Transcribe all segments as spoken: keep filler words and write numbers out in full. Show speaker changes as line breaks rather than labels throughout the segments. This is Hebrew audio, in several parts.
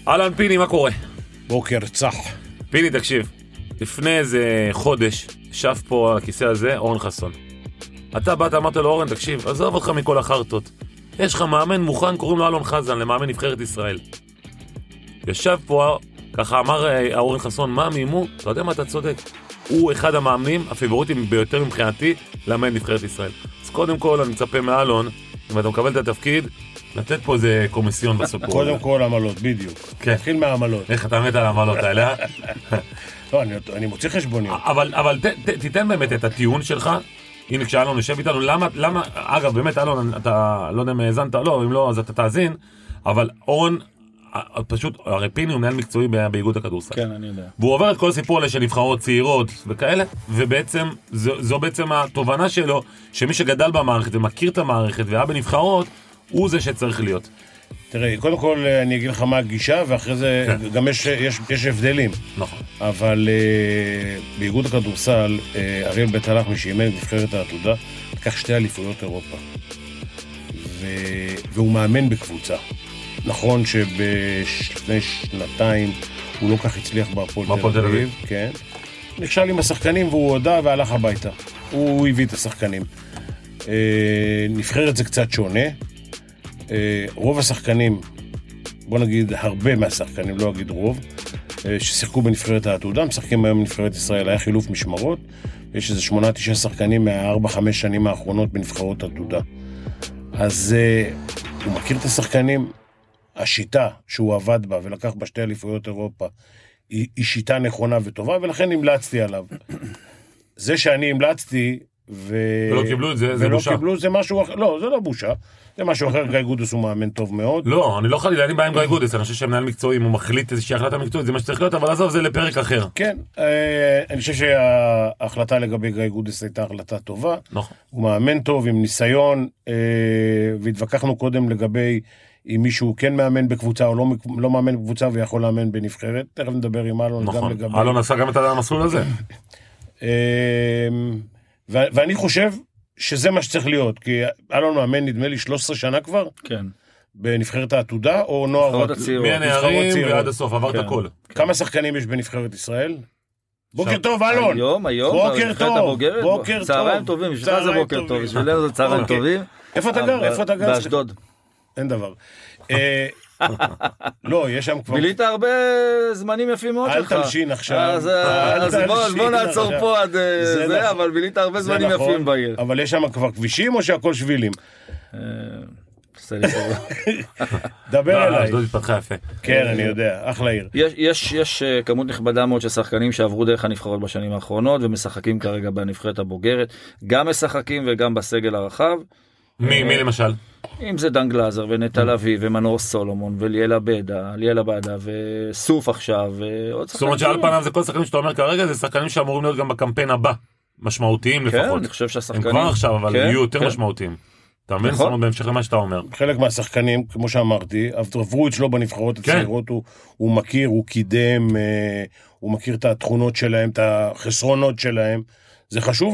אהלן פיני, מה קורה?
בוקר צח.
פיני, תקשיב, לפני איזה חודש ישב פה על הכיסא הזה אורן חסון. אתה באת, אמרת לו, אורן, תקשיב, עזוב אותך מכל החרטות. יש לך מאמן מוכן, קוראים לו אלון חזן, למאמן נבחרת ישראל. ישב פה, ככה אמר אורן חסון, מה מימו? אתה יודע מה, אתה צודק. הוא אחד המאמנים הפיבוריטים ביותר מבחינתי למאמן נבחרת ישראל. אז קודם כל, אני מצפה מאלון, אם אתה מקבל את התפקיד, לתת פה איזה קומיסיון בסוף.
קודם כל עמלות, בדיוק. נתחיל מהעמלות.
איך אתה מת על העמלות האלה?
לא, אני מוציא חשבוניות.
אבל תיתן באמת את הטיעון שלך. הנה, כשאלון יושב איתנו, למה, למה, אגב, באמת, אלון, אתה לא יודע אם האזנת, לא, אם לא, אז אתה תאזין, אבל אורן, פשוט, הרי פיני הוא מנהל מקצועי באיגוד הכדורסל.
כן, אני יודע.
והוא עובר את כל הסיפור האלה של נבחרות צעירות וכאלה, ובעצם, זו, זו בעצם התובנה שלו, שמי שגדל במערכת ומכיר את המערכת והיה בנבחרות, הוא זה שצריך להיות.
תראה, קודם כל אני אגיד לך מה הגישה, ואחרי זה כן. גם יש, יש, יש הבדלים.
נכון.
אבל uh, באיגוד הכדורסל, uh, אריאל בית הלחמי שאימן את נבחרת העתודה, לקח שתי אליפויות אירופה. ו... והוא מאמן בקבוצה. נכון שבשני שנתיים הוא לא כך הצליח בהפועל תל אביב. כן. נכשל עם השחקנים והוא הודע והלך הביתה. הוא הביא את השחקנים. Uh, נבחרת זה קצת שונה. רוב השחקנים, בוא נגיד הרבה מהשחקנים, לא אגיד רוב, ששיחקו בנבחרת העתודה, משחקים היום בנבחרת ישראל, היה חילוף משמרות, יש איזה שמונה, תשעה שחקנים מהארבע, חמש שנים האחרונות בנבחרות העתודה. אז הוא מכיר את השחקנים, השיטה שהוא עבד בה ולקח בשתי אליפויות אירופה, היא, היא שיטה נכונה וטובה, ולכן המלצתי עליו. זה שאני המלצתי, ו...
ולא קיבלו את זה, זה בושה.
ולא קיבלו, זה משהו אחר, לא, זה לא בושה. זה משהו אחר, גיא גודס הוא מאמן טוב מאוד.
לא, אני לא חלילה, אני בא עם גיא גודס, אני חושב שמנהל מקצועי, אם הוא מחליט איזושהי החלטה מקצועית, זה מה שצריך להיות, אבל עזוב, זה לפרק אחר.
כן, אני חושב שההחלטה לגבי גיא גודס הייתה החלטה טובה.
נכון.
הוא מאמן טוב, עם ניסיון, והתווכחנו קודם לגבי אם מישהו כן מאמן בקבוצה או לא, לא מאמן בקבוצה ויכול לאמן בנבחרת. תכף נדבר עם אלון
נכון.
גם לגבי...
אלון עשה גם את המסלול הזה.
ואני חושב שזה מה שצריך להיות, כי אלון מאמן נדמה לי שלוש עשרה שנה כבר,
כן.
בנבחרת העתודה, או נוער...
מהנערים ועד הסוף, עברת הכל.
כמה שחקנים יש בנבחרת ישראל? בוקר טוב, אלון.
היום, היום,
בוקר טוב, בוקר טוב.
צהריים טובים, בשביל זה בוקר טוב, בשבילנו זה צהריים טובים.
איפה אתה גר? איפה אתה גר?
באשדוד.
אין דבר. לא, יש שם כבר...
בילית הרבה זמנים יפים מאוד שלך.
אל תלשין עכשיו.
אז בוא נעצור פה עד זה, אבל בילית הרבה זמנים יפים בעיר.
אבל יש שם כבר כבישים או שהכל שבילים? דבר אליי.
אשדוד התפתחה יפה.
כן, אני יודע, אחלה עיר.
יש כמות נכבדה מאוד של שחקנים שעברו דרך הנבחרות בשנים האחרונות, ומשחקים כרגע בנבחרת הבוגרת. גם משחקים וגם בסגל הרחב.
מי, מי למשל?
אם זה דן גלאזר ונטע לביא ומנור סולומון וליאל עבדה, ליאל עבדה וסוף עכשיו ועוד שחקנים.
זאת אומרת שעל פניו זה כל שחקנים שאתה אומר כרגע, זה שחקנים שאמורים להיות גם בקמפיין הבא, משמעותיים לפחות.
כן, אני חושב שהשחקנים...
הם כבר עכשיו, אבל יהיו יותר משמעותיים. אתה מבין? זאת אומרת, בהמשך למה שאתה אומר.
חלק מהשחקנים, כמו שאמרתי, עברו אצלו בנבחרות הצעירות, הוא מכיר, הוא קידם, הוא מכיר את התכונות שלהם, את החסרונות שלהם. זה חשוב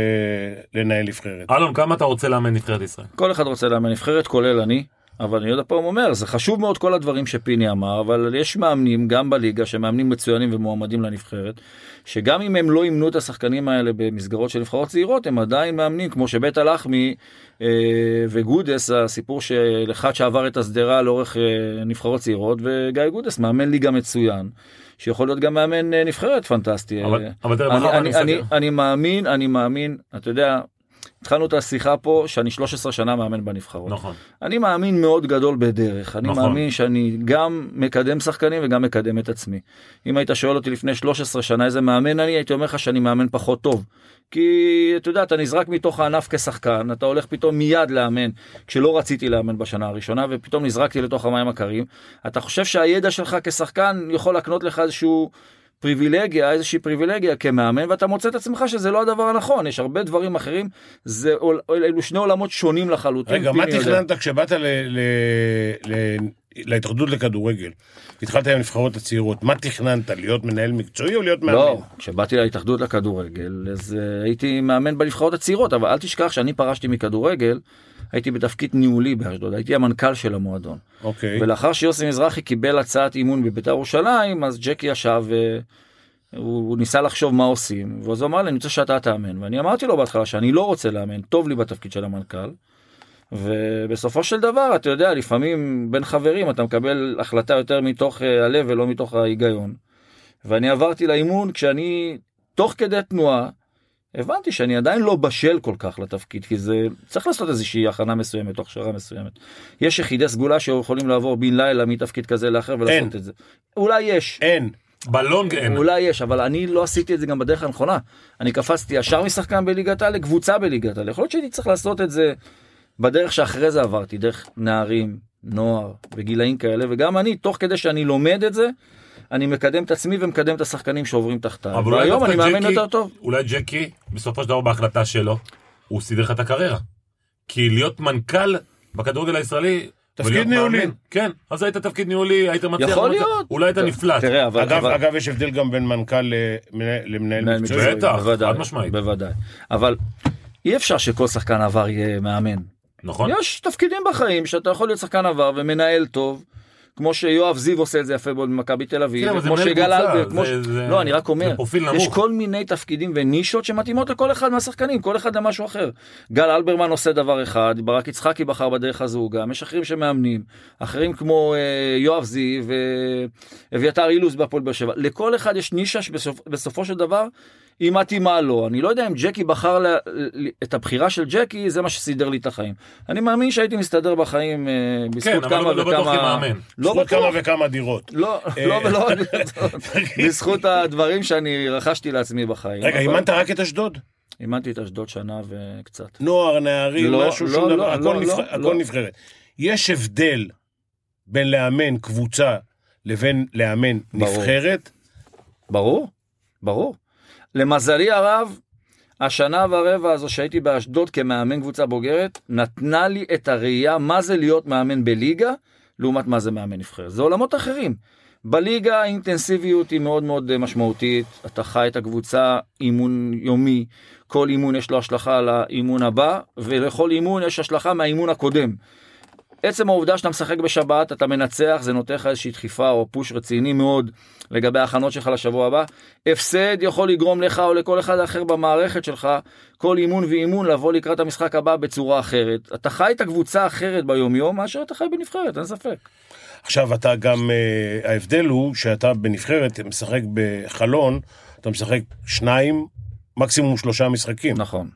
לנהל נבחרת.
אלון, כמה אתה רוצה לאמן נבחרת ישראל?
כל אחד רוצה לאמן נבחרת, כולל אני, אבל אני יודע פעם אומר, זה חשוב מאוד כל הדברים שפיני אמר, אבל יש מאמנים גם בליגה, שמאמנים מצוינים ומועמדים לנבחרת, שגם אם הם לא ימנו את השחקנים האלה במסגרות של נבחרות צעירות, הם עדיין מאמנים, כמו שבית הלחמי אה, וגודס, הסיפור של אחד שעבר את הסדרה לאורך אה, נבחרות צעירות, וגיא גודס מאמן ליגה מצוין. שיכול להיות גם מאמן נבחרת פנטסטי.
אבל, אבל תראה,
אני, אני, אני, אני מאמין, אני מאמין, אתה יודע, התחלנו את השיחה פה שאני שלוש עשרה שנה מאמן בנבחרות.
נכון.
אני מאמין מאוד גדול בדרך. אני
נכון.
מאמין שאני גם מקדם שחקנים וגם מקדם את עצמי. אם היית שואל אותי לפני שלוש עשרה שנה איזה מאמן אני, הייתי אומר לך שאני מאמן פחות טוב. כי אתה יודע, אתה נזרק מתוך הענף כשחקן, אתה הולך פתאום מיד לאמן, כשלא רציתי לאמן בשנה הראשונה, ופתאום נזרקתי לתוך המים הקרים. אתה חושב שהידע שלך כשחקן יכול לקנות לך איזשהו פריבילגיה, איזושהי פריבילגיה כמאמן, ואתה מוצא את עצמך שזה לא הדבר הנכון, יש הרבה דברים אחרים, זה, אלו שני עולמות שונים לחלוטין.
רגע, מה תכננת כשבאת ל, ל, ל, להתאחדות לכדורגל? התחלת עם נבחרות הצעירות, מה תכננת? להיות מנהל מקצועי או להיות מאמן?
לא, כשבאתי להתאחדות לכדורגל, אז uh, הייתי מאמן בנבחרות הצעירות, אבל אל תשכח שאני פרשתי מכדורגל, הייתי בתפקיד ניהולי באשדוד, הייתי המנכ"ל של המועדון.
אוקיי.
ולאחר שיוסי מזרחי קיבל הצעת אימון בבית"ר ירושלים, אז ג'קי ישב, הוא, הוא ניסה לחשוב מה עושים, ואז הוא אמר לי, אני רוצה שאתה תאמן. ואני אמרתי לו בהתחלה שאני לא רוצה לאמן, טוב לי בתפקיד של המנכ"ל. ובסופו של דבר, אתה יודע, לפעמים בין חברים אתה מקבל החלטה יותר מתוך הלב ולא מתוך ההיגיון. ואני עברתי לאימון כשאני, תוך כדי תנועה, הבנתי שאני עדיין לא בשל כל כך לתפקיד, כי זה צריך לעשות איזושהי הכנה מסוימת, או הכשרה מסוימת. יש יחידי סגולה שיכולים לעבור בין לילה מתפקיד כזה לאחר ולעשות
אין.
את זה. אולי יש.
אין.
בלונג אין.
אולי יש, אבל אני לא עשיתי את זה גם בדרך הנכונה. אני קפצתי ישר משחקן בליגת העל לקבוצה בליגת העל. יכול להיות שהייתי צריך לעשות את זה בדרך שאחרי זה עברתי, דרך נערים, נוער, בגילאים כאלה, וגם אני, תוך כדי שאני לומד את זה, אני מקדם את עצמי ומקדם את השחקנים שעוברים תחתיו. והיום אני מאמן יותר טוב.
אולי ג'קי, בסופו של דבר בהחלטה שלו, הוא סידר לך את הקריירה. כי להיות מנכ"ל בכדורגל הישראלי,
תפקיד ניהולי.
כן, אז היית תפקיד ניהולי, היית מצליח.
יכול להיות.
אולי היית נפלט.
תראה, אבל...
אגב,
אבל...
אגב, יש הבדל גם בין מנכ"ל למנהל מקצועי.
בטח,
בוודאי,
חד משמעית.
בוודאי. אבל אי אפשר שכל שחקן עבר יהיה מאמן.
נכון.
יש תפקידים בחיים שאתה יכול להיות שחקן עבר ומנהל טוב, כמו שיואב זיו עושה את זה יפה מאוד במכבי תל אביב,
כן,
כמו שגל אלברט, כמו ש...
זה...
לא, אני רק אומר, יש
נמוך.
כל מיני תפקידים ונישות שמתאימות לכל אחד מהשחקנים, כל אחד למשהו אחר. גל אלברמן עושה דבר אחד, ברק יצחקי בחר בדרך הזו גם, יש אחרים שמאמנים, אחרים כמו אה, יואב זיו ואביתר אילוז בהפועל באר שבע, לכל אחד יש נישה שבסופו של דבר היא מתאימה לו. אני לא יודע אם ג'קי בחר לה, את הבחירה של ג'קי, זה מה שסידר לי את החיים. אני מאמין שהייתי מסתדר בחיים אה, בזכות
כן,
כמה
אבל לא
וכמה...
בטוח עם מאמן.
לא
בזכות
בטוח.
כמה וכמה דירות.
לא, לא ולא, בזכות הדברים שאני רכשתי לעצמי בחיים.
רגע, אימנת רק את אשדוד?
אימנתי את אשדוד שנה וקצת.
נוער, נערים,
לא,
משהו,
לא,
שום
לא,
דבר,
לא,
הכל
לא,
נבח-
לא.
הכל נבחרת. יש הבדל בין לאמן קבוצה לבין לאמן
ברור.
נבחרת?
ברור, ברור. למזלי הרב, השנה והרבע הזו שהייתי באשדוד כמאמן קבוצה בוגרת, נתנה לי את הראייה מה זה להיות מאמן בליגה, לעומת מה זה מאמן נבחרת. זה עולמות אחרים. בליגה האינטנסיביות היא מאוד מאוד משמעותית, אתה חי את הקבוצה, אימון יומי, כל אימון יש לו השלכה על האימון הבא, ולכל אימון יש השלכה מהאימון הקודם. עצם העובדה שאתה משחק בשבת, אתה מנצח, זה נותן לך איזושהי דחיפה או פוש רציני מאוד לגבי ההכנות שלך לשבוע הבא. הפסד יכול לגרום לך או לכל אחד אחר במערכת שלך, כל אימון ואימון לבוא לקראת המשחק הבא בצורה אחרת. אתה חי את הקבוצה אחרת ביום יום, מאשר אתה חי בנבחרת, אין ספק.
עכשיו אתה גם, uh, ההבדל הוא שאתה בנבחרת משחק בחלון, אתה משחק שניים, מקסימום שלושה משחקים.
נכון.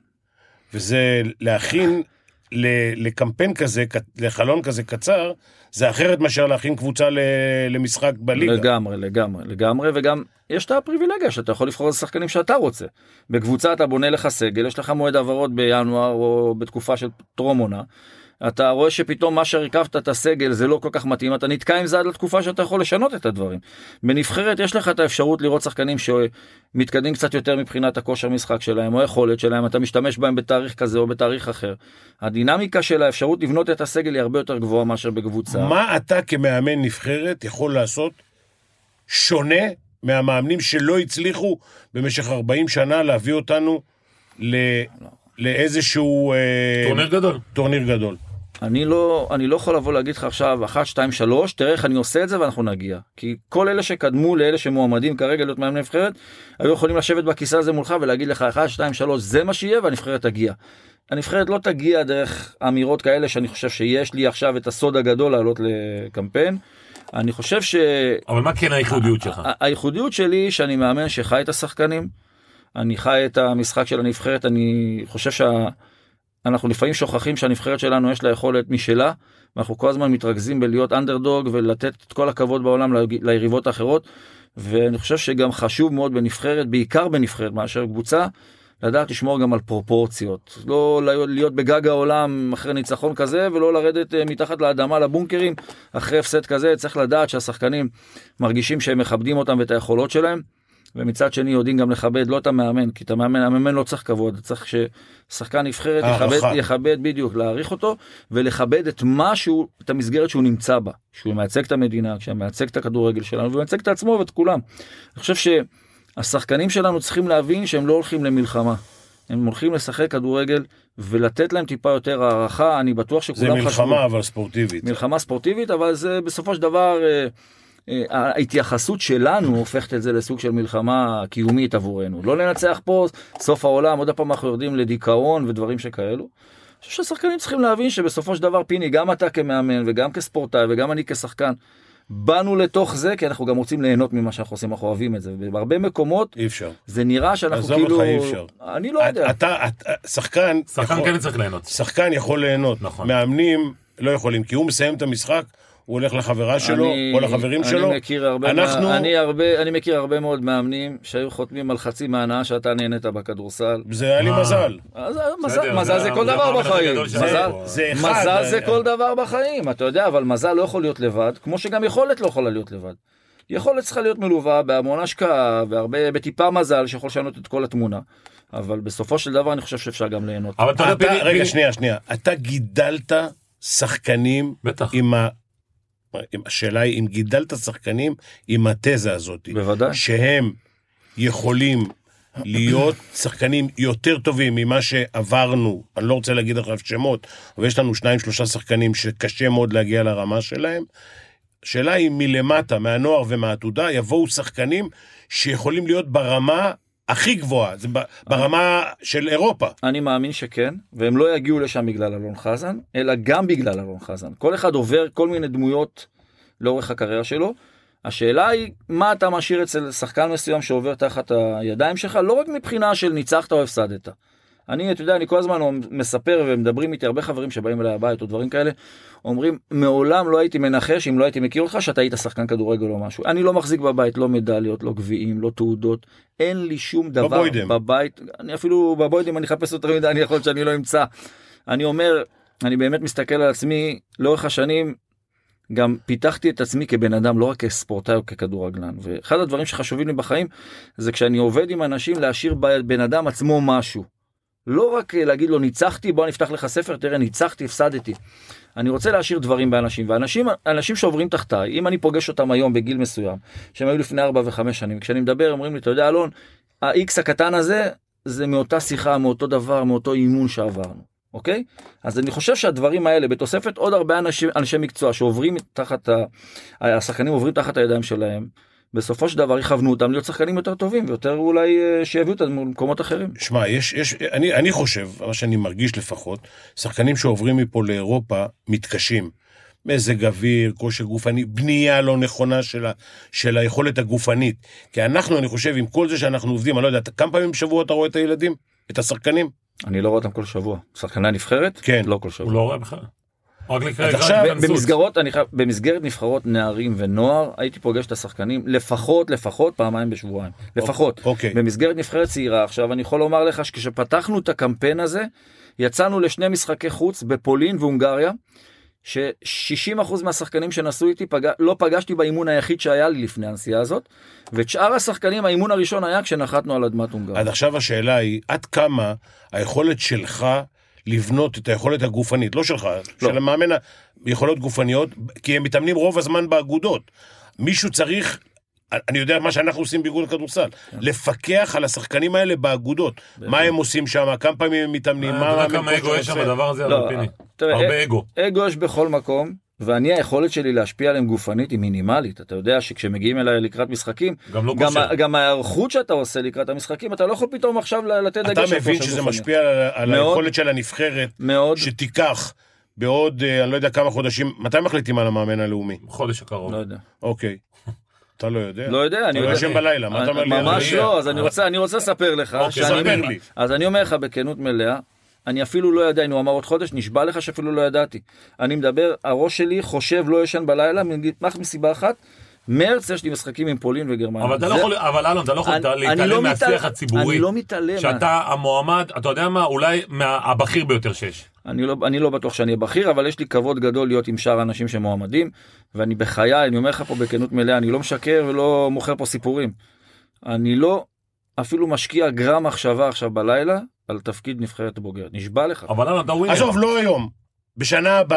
וזה להכין לקמפיין כזה, לחלון כזה קצר, זה אחרת מאשר להכין קבוצה למשחק בליגה.
לגמרי, לגמרי, לגמרי, וגם יש את הפריבילגיה שאתה יכול לבחור את השחקנים שאתה רוצה. בקבוצה אתה בונה לך סגל, יש לך מועד העברות בינואר או בתקופה של טרום עונה, אתה רואה שפתאום מה שהרכבת את הסגל זה לא כל כך מתאים, אתה נתקע עם זה עד לתקופה שאתה יכול לשנות את הדברים. בנבחרת יש לך את האפשרות לראות שחקנים שמתקדמים קצת יותר מבחינת הכושר משחק שלהם או היכולת שלהם, אתה משתמש בהם בתאריך כזה או בתאריך אחר. הדינמיקה של האפשרות לבנות את הסגל היא הרבה יותר גבוהה מאשר בקבוצה.
מה אתה כמאמן נבחרת יכול לעשות שונה מהמאמנים שלא הצליחו במשך ארבעים שנה להביא אותנו ל... לאיזשהו
טורניר גדול.
טורניר גדול.
אני לא, אני לא יכול לבוא להגיד לך עכשיו, אחת, שתיים, שלוש, תראה איך אני עושה את זה ואנחנו נגיע. כי כל אלה שקדמו לאלה שמועמדים כרגע להיות מאמן נבחרת, היו יכולים לשבת בכיסא הזה מולך ולהגיד לך, אחת, שתיים, שלוש, זה מה שיהיה והנבחרת תגיע. הנבחרת לא תגיע דרך אמירות כאלה שאני חושב שיש לי עכשיו את הסוד הגדול לעלות לקמפיין. אני חושב ש...
אבל מה כן הייחודיות שלך?
הייחודיות שלי שאני מאמן שחי את השחקנים, אני חי את המשחק של הנבחרת, אני חושב שאנחנו לפעמים שוכחים שהנבחרת שלנו יש לה יכולת משלה, ואנחנו כל הזמן מתרכזים בלהיות אנדרדוג ולתת את כל הכבוד בעולם ליריבות האחרות, ואני חושב שגם חשוב מאוד בנבחרת, בעיקר בנבחרת מאשר קבוצה, לדעת לשמור גם על פרופורציות, לא להיות בגג העולם אחרי ניצחון כזה, ולא לרדת מתחת לאדמה לבונקרים אחרי הפסד כזה. צריך לדעת שהשחקנים מרגישים שהם מכבדים אותם ואת היכולות שלהם, ומצד שני יודעים גם לכבד לא את המאמן, כי את המאמן, המאמן לא צריך כבוד, צריך ששחקן נבחרת יכבד, יכבד בדיוק, להעריך אותו, ולכבד את משהו, את המסגרת שהוא נמצא בה, שהוא מייצג את המדינה, שהוא מייצג את הכדורגל שלנו, ומייצג את עצמו ואת כולם. אני חושב שהשחקנים שלנו צריכים להבין שהם לא הולכים למלחמה, הם הולכים לשחק כדורגל ולתת להם טיפה יותר הערכה, אני בטוח שכולם
חשבו. זה מלחמה
חשבו,
אבל ספורטיבית.
מלחמה ספורטיבית, אבל זה בסופו של דבר, ההתייחסות שלנו הופכת את זה לסוג של מלחמה קיומית עבורנו. לא לנצח פה סוף העולם, עוד הפעם אנחנו יורדים לדיכאון ודברים שכאלו. אני חושב שהשחקנים צריכים להבין שבסופו של דבר, פיני, גם אתה כמאמן וגם כספורטאי וגם אני כשחקן, באנו לתוך זה, כי אנחנו גם רוצים ליהנות ממה שאנחנו עושים, אנחנו אוהבים את זה. ובהרבה מקומות,
אי אפשר.
זה נראה שאנחנו
עזוב
כאילו...
אותך, אי אפשר.
אני לא יודע.
אתה, אתה, שחקן...
שחקן
יכול,
כן צריך ליהנות.
שחקן יכול ליהנות.
נכון.
מאמנים לא יכולים, כי הוא מסיים את המשחק, הוא הולך לחברה שלו,
אני,
או לחברים
אני
שלו.
מכיר הרבה,
אנחנו...
מה, אני, הרבה, אני מכיר הרבה מאוד מאמנים שהיו חותמים על חצי מההנאה שאתה נהנית בכדורסל.
זה היה לי מזל.
אז, מזל, מזל זה כל דבר בחיים. מזל,
זה אחד.
מזל זה כל דבר בחיים, אתה יודע, אבל מזל לא יכול להיות לבד, כמו שגם יכולת לא יכולה להיות לבד. יכולת צריכה להיות מלווה בהמון השקעה, והרבה, בטיפה מזל שיכול לשנות את כל התמונה. אבל בסופו של דבר אני חושב שאפשר גם ליהנות.
אבל אתה יודע,
רגע, שנייה, שנייה. אתה גידלת שחקנים עם ה... השאלה היא אם גידלת שחקנים עם התזה הזאת.
בוודאי.
שהם יכולים להיות שחקנים יותר טובים ממה שעברנו, אני לא רוצה להגיד עכשיו שמות, אבל יש לנו שניים שלושה שחקנים שקשה מאוד להגיע לרמה שלהם. השאלה היא מלמטה, מהנוער ומהעתודה, יבואו שחקנים שיכולים להיות ברמה הכי גבוהה, זה ברמה של אירופה.
אני מאמין שכן, והם לא יגיעו לשם בגלל אלון חזן, אלא גם בגלל אלון חזן. כל אחד עובר כל מיני דמויות לאורך הקריירה שלו. השאלה היא, מה אתה משאיר אצל שחקן מסוים שעובר תחת הידיים שלך, לא רק מבחינה של ניצחת או הפסדת. אני, אתה יודע, אני כל הזמן מספר ומדברים איתי הרבה חברים שבאים אליי הבית או דברים כאלה, אומרים, מעולם לא הייתי מנחש, אם לא הייתי מכיר אותך, שאתה היית שחקן כדורגל או משהו. אני לא מחזיק בבית, לא מדליות, לא גביעים, לא תעודות, אין לי שום דבר
בבוידם.
בבית. אני אפילו בבוידם, אני אחפש יותר מדי, אני יכול להיות שאני לא אמצא. אני אומר, אני באמת מסתכל על עצמי, לאורך השנים, גם פיתחתי את עצמי כבן אדם, לא רק כספורטאי או ככדורגלן. ואחד הדברים שחשובים לי בחיים, זה כשאני עובד עם אנשים, להשאיר בן אדם עצמו משהו. לא רק להגיד לו, ניצחתי, בוא נפתח לך ספר, תראה, ניצחתי, הפסדתי. אני רוצה להשאיר דברים באנשים, ואנשים, אנשים שעוברים תחתיי, אם אני פוגש אותם היום בגיל מסוים, שהם היו לפני ארבע וחמש שנים, כשאני מדבר, אומרים לי, אתה יודע, אלון, ה-X הקטן הזה, זה מאותה שיחה, מאותו דבר, מאותו אימון שעברנו, אוקיי? אז אני חושב שהדברים האלה, בתוספת עוד הרבה אנשים, אנשי מקצוע, שעוברים תחת, השחקנים עוברים תחת הידיים שלהם, בסופו של דבר יכוונו אותם להיות שחקנים יותר טובים, ויותר אולי שיביאו אותם למקומות אחרים.
שמע, יש, יש, אני, אני חושב, מה שאני מרגיש לפחות, שחקנים שעוברים מפה לאירופה מתקשים. מזג אוויר, כושר גופני, בנייה לא נכונה של, ה, של היכולת הגופנית. כי אנחנו, אני חושב, עם כל זה שאנחנו עובדים, אני לא יודע, כמה פעמים בשבוע אתה רואה את הילדים? את השחקנים?
אני לא רואה אותם כל שבוע. שחקני נבחרת?
כן.
לא כל שבוע.
הוא לא רואה בכלל.
במסגרות, אני חייב, במסגרת נבחרות נערים ונוער, הייתי פוגש את השחקנים לפחות, לפחות פעמיים בשבועיים. לפחות.
אוקיי.
במסגרת נבחרת צעירה, עכשיו אני יכול לומר לך שכשפתחנו את הקמפיין הזה, יצאנו לשני משחקי חוץ בפולין והונגריה, ש-שישים אחוז מהשחקנים שנסעו איתי, פג... לא פגשתי באימון היחיד שהיה לי לפני הנסיעה הזאת, ואת שאר השחקנים, האימון הראשון היה כשנחתנו על אדמת הונגריה.
עד עכשיו השאלה היא, עד כמה היכולת שלך לבנות את היכולת הגופנית, לא שלך, לא. של המאמן, יכולות גופניות, כי הם מתאמנים רוב הזמן באגודות. מישהו צריך, אני יודע מה שאנחנו עושים באיגוד הכדורסל, לפקח על השחקנים האלה באגודות. מה הם עושים שם, כמה פעמים הם מתאמנים, מה
המאמן כמה אגו יש שם בדבר הזה, הרבה אגו.
אגו יש בכל מקום, ואני היכולת שלי להשפיע עליהם גופנית היא מינימלית. אתה יודע שכשמגיעים אליי לקראת משחקים,
גם, לא
גם, גם הערכות שאתה עושה לקראת המשחקים, אתה לא יכול פתאום עכשיו לתת דגש.
אתה מבין שזה משפיע על היכולת של הנבחרת, שתיקח בעוד, אני לא יודע כמה חודשים, מתי מחליטים על המאמן הלאומי?
חודש הקרוב.
לא יודע.
אוקיי. אתה לא יודע?
לא יודע, אני יודע.
אתה ישן בלילה, מה אתה אומר לי?
ממש לא, אז אני רוצה, אני רוצה לספר לך.
אוקיי, ספר לי.
אז אני אומר לך בכנות מלאה, אני אפילו לא יודע, אם הוא אמר עוד חודש, נשבע לך שאפילו לא ידעתי. אני מדבר, הראש שלי חושב לא ישן בלילה, מסיבה אחת, מרץ יש לי משחקים עם פולין וגרמניה.
אבל אתה לא יכול, אבל אלון, אתה לא יכול להתעלם מהשיח הציבורי.
אני לא מתעלם.
שאתה המועמד, אתה יודע מה, אולי הבכיר ביותר שיש.
אני לא, אני לא בטוח שאני בכיר, אבל יש לי כבוד גדול להיות עם שאר האנשים שמועמדים, ואני בחיי, אני אומר לך פה בכנות מלאה, אני לא משקר ולא מוכר פה סיפורים. אני לא אפילו משקיע גרם מחשבה עכשיו בלילה, על תפקיד נבחרת בוגרת. נשבע לך.
אבל אלון, אתה ווינר.
עזוב, לא היום. בשנה הבאה.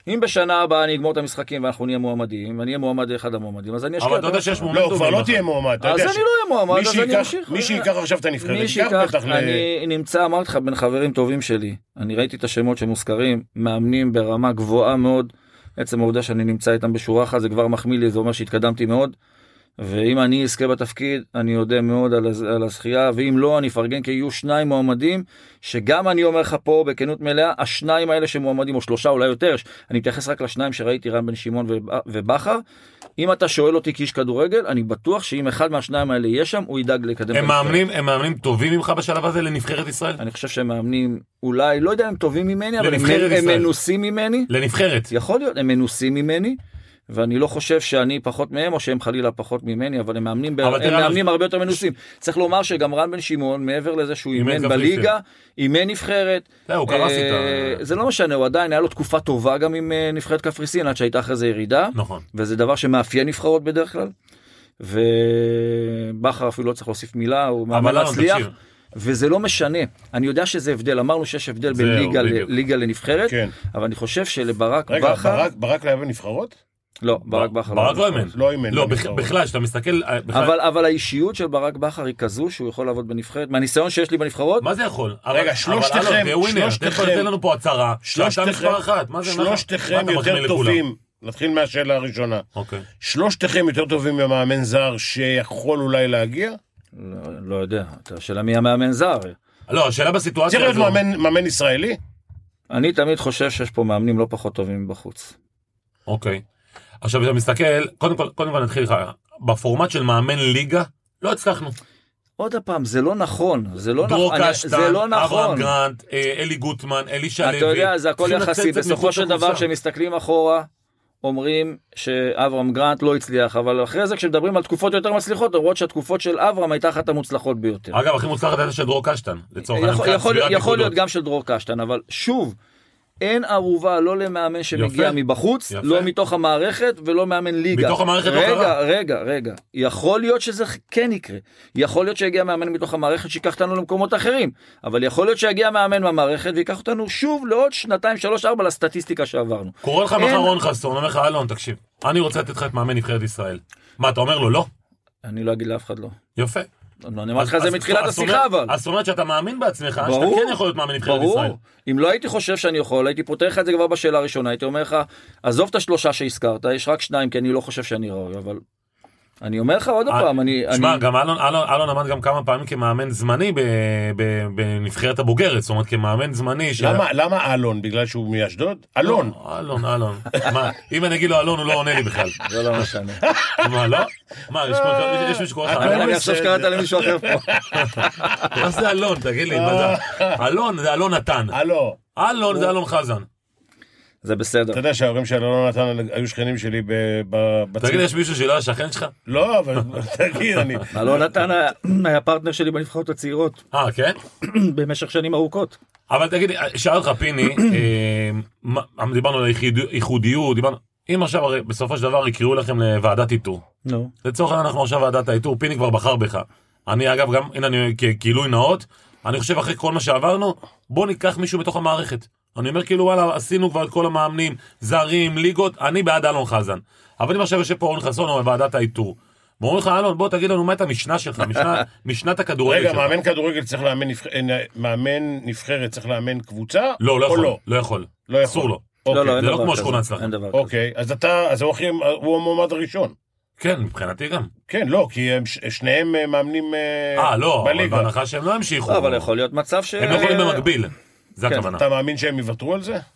אם בשנה הבאה אני אגמור את המשחקים ואנחנו נהיה מועמדים, ואני אהיה מועמד אחד המועמדים, אז אני אשקיע.
אבל אתה יודע שיש מועמד
לא, כבר לא תהיה מועמד.
אז אני לא אהיה מועמד, אז אני אמשיך.
מי שיקח עכשיו את הנבחרת,
מי שיקח, אני נמצא, אמרתי לך, בין חברים טובים שלי. אני ראיתי את השמות שמוזכרים, מאמנים ברמה גבוהה מאוד. עצם העובדה שאני נמצא איתם בשורה אחת, זה כבר מחמיא לי, זה אומר שהתקדמתי מאוד. ואם אני אזכה בתפקיד, אני יודע מאוד על, על הזכייה, ואם לא, אני אפרגן כי יהיו שניים מועמדים, שגם אני אומר לך פה בכנות מלאה, השניים האלה שמועמדים, או שלושה, אולי יותר, אני מתייחס רק לשניים שראיתי, רן בן שמעון ובחר. אם אתה שואל אותי כאיש כדורגל, אני בטוח שאם אחד מהשניים האלה יהיה שם, הוא ידאג לקדם.
הם מאמנים, הם מאמנים טובים ממך בשלב הזה לנבחרת ישראל?
אני חושב שהם מאמנים, אולי, לא יודע, הם טובים ממני, אבל הם, הם מנוסים ממני.
לנבחרת.
יכול להיות, הם מנוסים ממני. ואני לא חושב שאני פחות מהם, או שהם חלילה פחות ממני, אבל הם מאמנים, ב... הם מאמנים הרבה יותר מנוסים. צריך לומר שגם רן בן שמעון, מעבר לזה שהוא אימן בליגה, אימן נבחרת.
הוא קרס איתה.
זה לא משנה, הוא עדיין, היה לו תקופה טובה גם עם נבחרת קפריסין, עד שהייתה אחרי זה ירידה.
נכון.
וזה דבר שמאפיין נבחרות בדרך כלל. ובחר אפילו לא צריך להוסיף מילה, הוא מאמן להצליח. וזה לא משנה. אני יודע שזה הבדל, אמרנו שיש הבדל בין ליגה לנבחרת, אבל אני חושב שלברק בכר...
רגע, ברק לא היה בנבחרות?
לא, ברק בכר
ברק לא אימן.
לא אימן.
לא, בכלל, שאתה מסתכל...
אבל אבל האישיות של ברק בכר היא כזו שהוא יכול לעבוד בנבחרת. מהניסיון שיש לי בנבחרות...
מה זה יכול?
רגע, שלושתכם, שלושתכם...
תן לנו פה הצהרה, שאתה מספר אחת.
שלושתכם יותר טובים. נתחיל מהשאלה הראשונה. שלושתכם יותר טובים ממאמן זר שיכול אולי להגיע?
לא יודע. השאלה מי המאמן זר.
לא, השאלה בסיטואציה הזו...
צריך להיות מאמן ישראלי?
אני תמיד חושב שיש פה מאמנים לא פחות טובים בחוץ.
אוקיי. עכשיו, אתה מסתכל, קודם כל, קודם כל נתחיל לך, בפורמט של מאמן ליגה, לא הצלחנו.
עוד הפעם, זה לא נכון, זה לא
נכון.
נכון.
דרור קשטן, אברהם גרנט, אלי גוטמן, אלי שלוי.
אתה יודע, זה הכל יחסי, בסופו של דבר, כשמסתכלים אחורה, אומרים שאברהם גרנט לא הצליח, אבל אחרי זה, כשמדברים על תקופות יותר מצליחות, אומרות שהתקופות של אברהם הייתה אחת המוצלחות ביותר.
אגב, הכי מוצלחת הייתה של דרור קשטן, לצורך
יכול להיות גם של דרור קשטן, אבל שוב, אין ערובה לא למאמן שמגיע יפה, מבחוץ, יפה. לא מתוך המערכת ולא מאמן ליגה.
מתוך המערכת
רגע,
לא קרה.
רגע, רגע. יכול להיות שזה כן יקרה. יכול להיות שיגיע מאמן מתוך המערכת שיקח אותנו למקומות אחרים. אבל יכול להיות שיגיע מאמן מהמערכת ויקח אותנו שוב לעוד שנתיים, שלוש, ארבע לסטטיסטיקה שעברנו.
קורא לך אין... מחר רון חסון, אומר לך, אלון, תקשיב. אני רוצה לתת לך את מאמן נבחרת ישראל. מה, אתה אומר לו לא?
אני לא אגיד לאף אחד לא.
יפה.
אני אמרתי לך זה מתחילת השיחה אבל.
אז זאת אומרת שאתה מאמין בעצמך, שאתה כן יכול להיות מאמן נבחרת ישראל.
אם לא הייתי חושב שאני יכול, הייתי פותח לך את זה כבר בשאלה הראשונה, הייתי אומר לך, עזוב את השלושה שהזכרת, יש רק שניים, כי אני לא חושב שאני ראוי, אבל... אני אומר לך עוד פעם, אני...
שמע, גם אלון עמד גם כמה פעמים כמאמן זמני בנבחרת הבוגרת, זאת אומרת כמאמן זמני...
למה אלון? בגלל שהוא מאשדוד? אלון.
אלון, אלון. אם אני אגיד לו אלון, הוא לא עונה לי בכלל.
זה לא משנה.
מה, לא? מה, יש מישהו קורא לך?
אני חושב שקראת למישהו אחר פה.
מה זה אלון? תגיד לי, מה זה? אלון זה אלון נתן. אלון זה אלון חזן.
זה בסדר.
אתה יודע שההורים של אלון נתן היו שכנים שלי בצד.
תגיד, יש מישהו שלא היה שכן שלך?
לא, אבל תגיד, אני...
אלון נתן היה פרטנר שלי בנבחרות הצעירות.
אה, כן?
במשך שנים ארוכות.
אבל תגיד, שאל לך פיני, דיברנו על ייחודיות, דיברנו... אם עכשיו הרי בסופו של דבר יקראו לכם לוועדת איתור.
נו.
לצורך אנחנו עכשיו ועדת האיתור, פיני כבר בחר בך. אני אגב גם, הנה אני כגילוי נאות, אני חושב אחרי כל מה שעברנו, בוא ניקח מישהו מתוך המערכת. אני אומר כאילו וואלה, עשינו כבר את כל המאמנים, זרים, ליגות, אני בעד אלון חזן. אבל אם עכשיו יושב פה אורן חסון או בוועדת האיתור, ואומרים לך אלון, בוא תגיד לנו מה את המשנה שלך, משנה, משנת הכדורגל שלך.
רגע, מאמן כדורגל צריך לאמן, מאמן נבחרת צריך לאמן קבוצה?
לא, לא יכול, לא, לא יכול.
לא
אסור לו.
לא, לא,
זה לא כמו שכונה אצלכם.
אוקיי, אז אתה, אז הוא המועמד הראשון.
כן, מבחינתי גם.
כן, לא, כי שניהם מאמנים בליגה.
אה, לא, אבל בהנחה שהם לא המשיכו.
אבל יכול להיות מצב ש...
הם יכולים במקביל. זה הכוונה.
אתה מאמין שהם יוותרו על זה?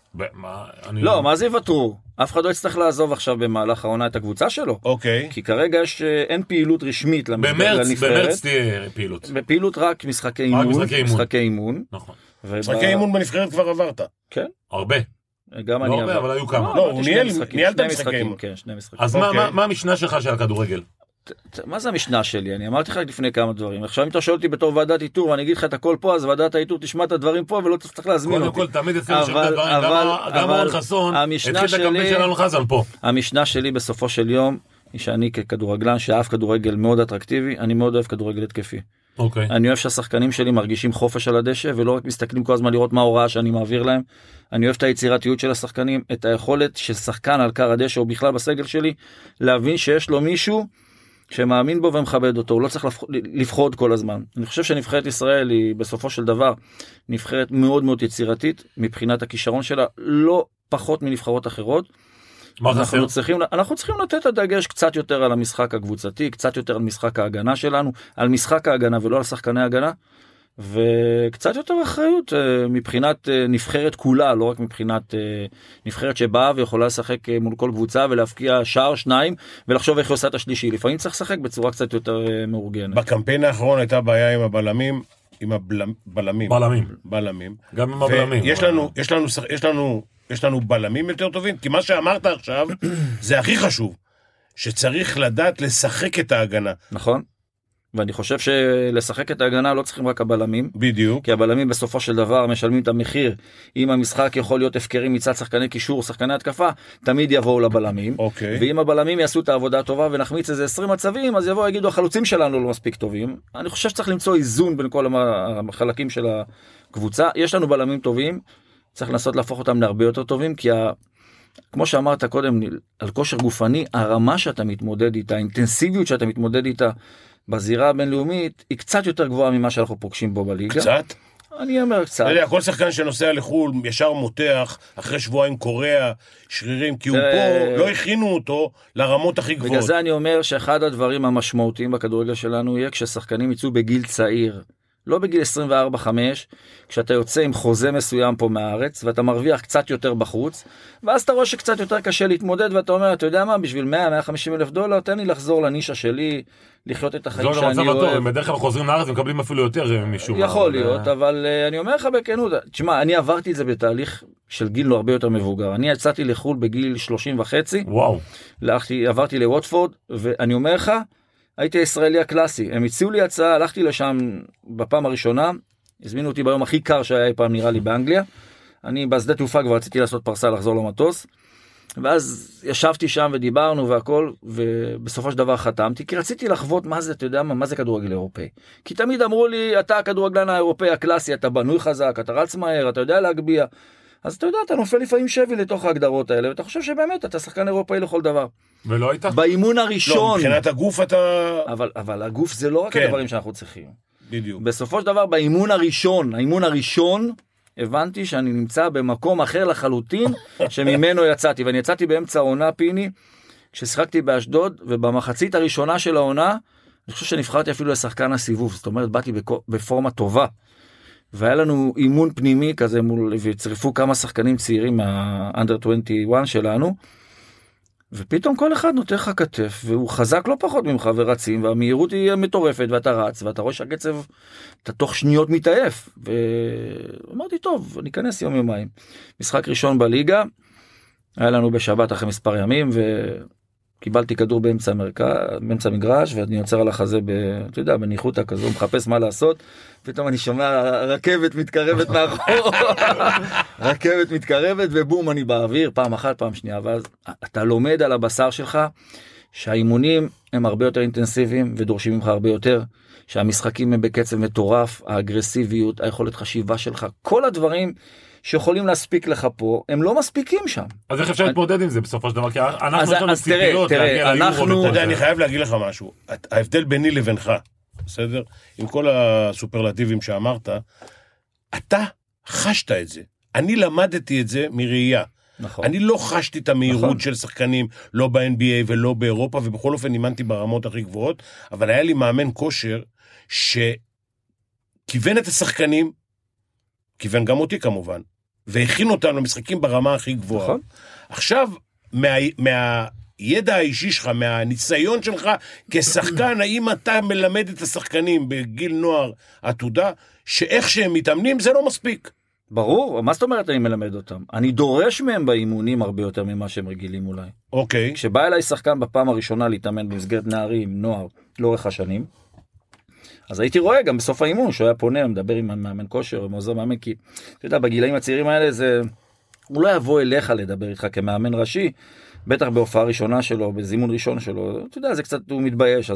לא, מה זה יוותרו? אף אחד לא יצטרך לעזוב עכשיו במהלך העונה את הקבוצה שלו.
אוקיי.
כי כרגע יש, אין פעילות רשמית לנבחרת.
במרץ תהיה פעילות.
בפעילות רק משחקי אימון. משחקי אימון.
נכון.
משחקי אימון בנבחרת כבר עברת.
כן.
הרבה.
גם
לא הרבה, אבל היו כמה.
לא, הוא ניהל את המשחקים.
אז מה המשנה שלך של הכדורגל?
מה זה המשנה שלי? אני אמרתי לך לפני כמה דברים. עכשיו אם אתה שואל אותי בתור ועדת איתור ואני אגיד לך את הכל פה, אז ועדת האיתור תשמע את הדברים פה ולא תצטרך להזמין אותי.
קודם כל תמיד אצלנו שם את הדברים, גם אורן חסון, התחיל את הקמפיין של אלון חזן פה.
המשנה שלי בסופו של יום היא שאני ככדורגלן שאהב כדורגל מאוד אטרקטיבי, אני מאוד אוהב כדורגל התקפי.
אוקיי.
אני אוהב שהשחקנים שלי מרגישים חופש על הדשא, ולא רק מסתכלים כל הזמן לראות מה ההוראה שאני מעביר להם. אני אוהב את היצירתיות של השחקנים, את היכולת של שחקן על קר הדשא, או בכלל בסגל שלי, להבין שיש לו מישהו שמאמין בו ומכבד אותו, הוא לא צריך לפחוד כל הזמן. אני חושב שנבחרת ישראל היא בסופו של דבר נבחרת מאוד מאוד יצירתית, מבחינת הכישרון שלה, לא פחות מנבחרות אחרות. אנחנו צריכים, אנחנו צריכים לתת את הדגש קצת יותר על המשחק הקבוצתי, קצת יותר על משחק ההגנה שלנו, על משחק ההגנה ולא על שחקני ההגנה, וקצת יותר אחריות מבחינת נבחרת כולה, לא רק מבחינת נבחרת שבאה ויכולה לשחק מול כל קבוצה ולהפקיע שער שניים ולחשוב איך היא עושה את השלישי. לפעמים צריך לשחק בצורה קצת יותר מאורגנת.
בקמפיין האחרון הייתה בעיה עם הבלמים, עם הבלמים.
בלמים.
בלמים.
גם עם הבלמים.
ויש לנו, יש לנו, יש לנו, יש לנו בלמים יותר טובים, כי מה שאמרת עכשיו זה הכי חשוב, שצריך לדעת לשחק את ההגנה.
נכון. ואני חושב שלשחק את ההגנה לא צריכים רק הבלמים.
בדיוק.
כי הבלמים בסופו של דבר משלמים את המחיר. אם המשחק יכול להיות הפקרי מצד שחקני קישור, שחקני התקפה, תמיד יבואו לבלמים.
אוקיי.
ואם הבלמים יעשו את העבודה הטובה ונחמיץ איזה עשרים מצבים, אז יבואו יגידו, החלוצים שלנו לא מספיק טובים. אני חושב שצריך למצוא איזון בין כל החלקים של הקבוצה. יש לנו בלמים טובים, צריך לנסות להפוך אותם להרבה יותר טובים, כי ה... כמו שאמרת קודם, על כושר גופני, הרמה שאתה מתמודד איתה, האינטנסיביות שאתה מתמודד איתה, בזירה הבינלאומית היא קצת יותר גבוהה ממה שאנחנו פוגשים בו בליגה.
קצת?
אני אומר קצת.
אתה יודע, כל שחקן שנוסע לחול ישר מותח, אחרי שבועיים קורע, שרירים, כי הוא פה, לא הכינו אותו לרמות הכי גבוהות.
בגלל זה אני אומר שאחד הדברים המשמעותיים בכדורגל שלנו יהיה כששחקנים יצאו בגיל צעיר, לא בגיל עשרים וארבע חמש, כשאתה יוצא עם חוזה מסוים פה מהארץ, ואתה מרוויח קצת יותר בחוץ, ואז אתה רואה שקצת יותר קשה להתמודד, ואתה אומר, אתה יודע מה, בשביל מאה עד מאה וחמישים אלף דולר, תן לי לחזור לנישה שלי, לחיות את החיים שאני אוהב.
הטוב, הם בדרך כלל חוזרים לארץ ומקבלים אפילו יותר משום מה.
יכול להיות, אבל אני אומר לך בכנות, תשמע, אני עברתי את זה בתהליך של גיל לא הרבה יותר מבוגר. אני יצאתי לחול בגיל שלושים וחצי,
וואו.
עברתי לווטפורד, ואני אומר לך, הייתי הישראלי הקלאסי, הם הציעו לי הצעה, הלכתי לשם בפעם הראשונה, הזמינו אותי ביום הכי קר שהיה אי פעם נראה לי באנגליה, אני בשדה תעופה כבר רציתי לעשות פרסה לחזור למטוס, ואז ישבתי שם ודיברנו והכל, ובסופו של דבר חתמתי, כי רציתי לחוות מה זה, אתה יודע מה, מה זה כדורגל אירופאי. כי תמיד אמרו לי, אתה הכדורגלן האירופאי הקלאסי, אתה בנוי חזק, אתה רץ מהר, אתה יודע להגביע, אז אתה יודע, אתה נופל לפעמים שבי לתוך ההגדרות האלה, ואתה חושב שבאמת אתה שחקן אירופאי לכל דבר.
ולא היית?
באימון הראשון.
לא, מבחינת הגוף אתה...
אבל, אבל הגוף זה לא רק
כן.
הדברים שאנחנו צריכים.
בדיוק.
בסופו של דבר, באימון הראשון, האימון הראשון, הבנתי שאני נמצא במקום אחר לחלוטין, שממנו יצאתי. ואני יצאתי באמצע העונה, פיני, כששחקתי באשדוד, ובמחצית הראשונה של העונה, אני חושב שנבחרתי אפילו לשחקן הסיבוב. זאת אומרת, באתי בפורמה טובה. והיה לנו אימון פנימי כזה מול, וצריפו כמה שחקנים צעירים מה-אנדר עשרים ואחת שלנו, ופתאום כל אחד נותן לך כתף, והוא חזק לא פחות ממך ורצים, והמהירות היא מטורפת, ואתה רץ, ואתה רואה שהקצב, אתה תוך שניות מתעייף, ואמרתי, טוב, אני אכנס יום יומיים. משחק ראשון בליגה, היה לנו בשבת אחרי מספר ימים, וקיבלתי כדור באמצע המרכז, באמצע המגרש, ואני יוצר על החזה, ב, אתה יודע, בניחותא כזו, מחפש מה לעשות, פתאום אני שומע רכבת מתקרבת מאחור, רכבת מתקרבת, ובום, אני באוויר, פעם אחת, פעם שנייה, ואז אתה לומד על הבשר שלך, שהאימונים הם הרבה יותר אינטנסיביים, ודורשים ממך הרבה יותר, שהמשחקים הם בקצב מטורף, האגרסיביות, היכולת חשיבה שלך, כל הדברים שיכולים להספיק לך פה, הם לא מספיקים שם.
אז איך אפשר להתמודד עם זה בסופו של דבר? כי אנחנו יש לנו ציפיות
להגיע ליורו.
אתה יודע, אני חייב להגיד לך משהו. ההבדל ביני לבינך, בסדר? עם כל הסופרלטיבים שאמרת, אתה חשת את זה. אני למדתי את זה מראייה.
נכון.
אני לא חשתי את המהירות
נכון.
של שחקנים, לא ב-אן בי איי ולא באירופה, ובכל אופן אימנתי ברמות הכי גבוהות, אבל היה לי מאמן כושר שכיוון את השחקנים, כיוון גם אותי כמובן, והכין אותנו למשחקים ברמה הכי גבוהה.
נכון.
עכשיו, מה, מהידע האישי שלך, מהניסיון שלך כשחקן, האם אתה מלמד את השחקנים בגיל נוער עתודה, שאיך שהם מתאמנים זה לא מספיק.
ברור, מה זאת אומרת אני מלמד אותם? אני דורש מהם באימונים הרבה יותר ממה שהם רגילים אולי.
אוקיי.
כשבא אליי שחקן בפעם הראשונה להתאמן במסגרת נערים, נוער, לאורך השנים, אז הייתי רואה גם בסוף האימון שהוא היה פונה, מדבר עם מאמן כושר, עם עוזר מאמן, כי אתה יודע, בגילאים הצעירים האלה זה, הוא לא יבוא אליך לדבר איתך כמאמן ראשי, בטח בהופעה ראשונה שלו, בזימון ראשון שלו, אתה יודע, זה קצת, הוא מתבייש, אז